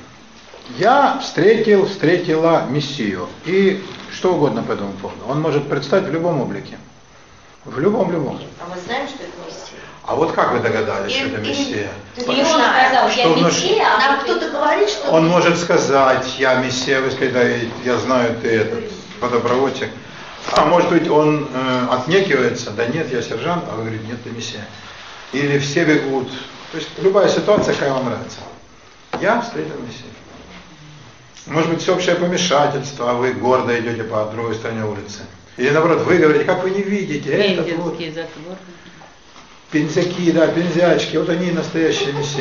Я встретила Мессию. И что угодно по этому поводу. Он может предстать в любом облике. В любом. А мы знаем, что это Мессия? А вот как вы догадались, что это Мессия? И он сказал, Что я он Мессия, а Нам кто-то говорит, что... Он может сказать, я Мессия, вы скажете, я знаю, ты этот водопроводчик. А может быть, он отнекивается, да нет, я сержант, а вы говорите, нет, ты Мессия. Или все бегут. То есть любая ситуация, какая вам нравится. Я встретил Мессию. Может быть, всеобщее помешательство, а вы гордо идете по другой стороне улицы. Или наоборот, вы говорите, как вы не видите, этот вот. Пензяки, да, пензячки, вот они настоящие Мессии.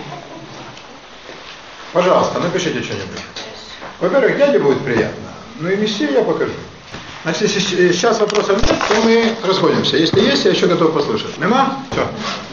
Пожалуйста, напишите что-нибудь. Во-первых, дяде будет приятно, ну и Мессию я покажу. Значит, если сейчас вопросов нет, то мы расходимся. Если есть, я еще готов послушать. Нема? Все.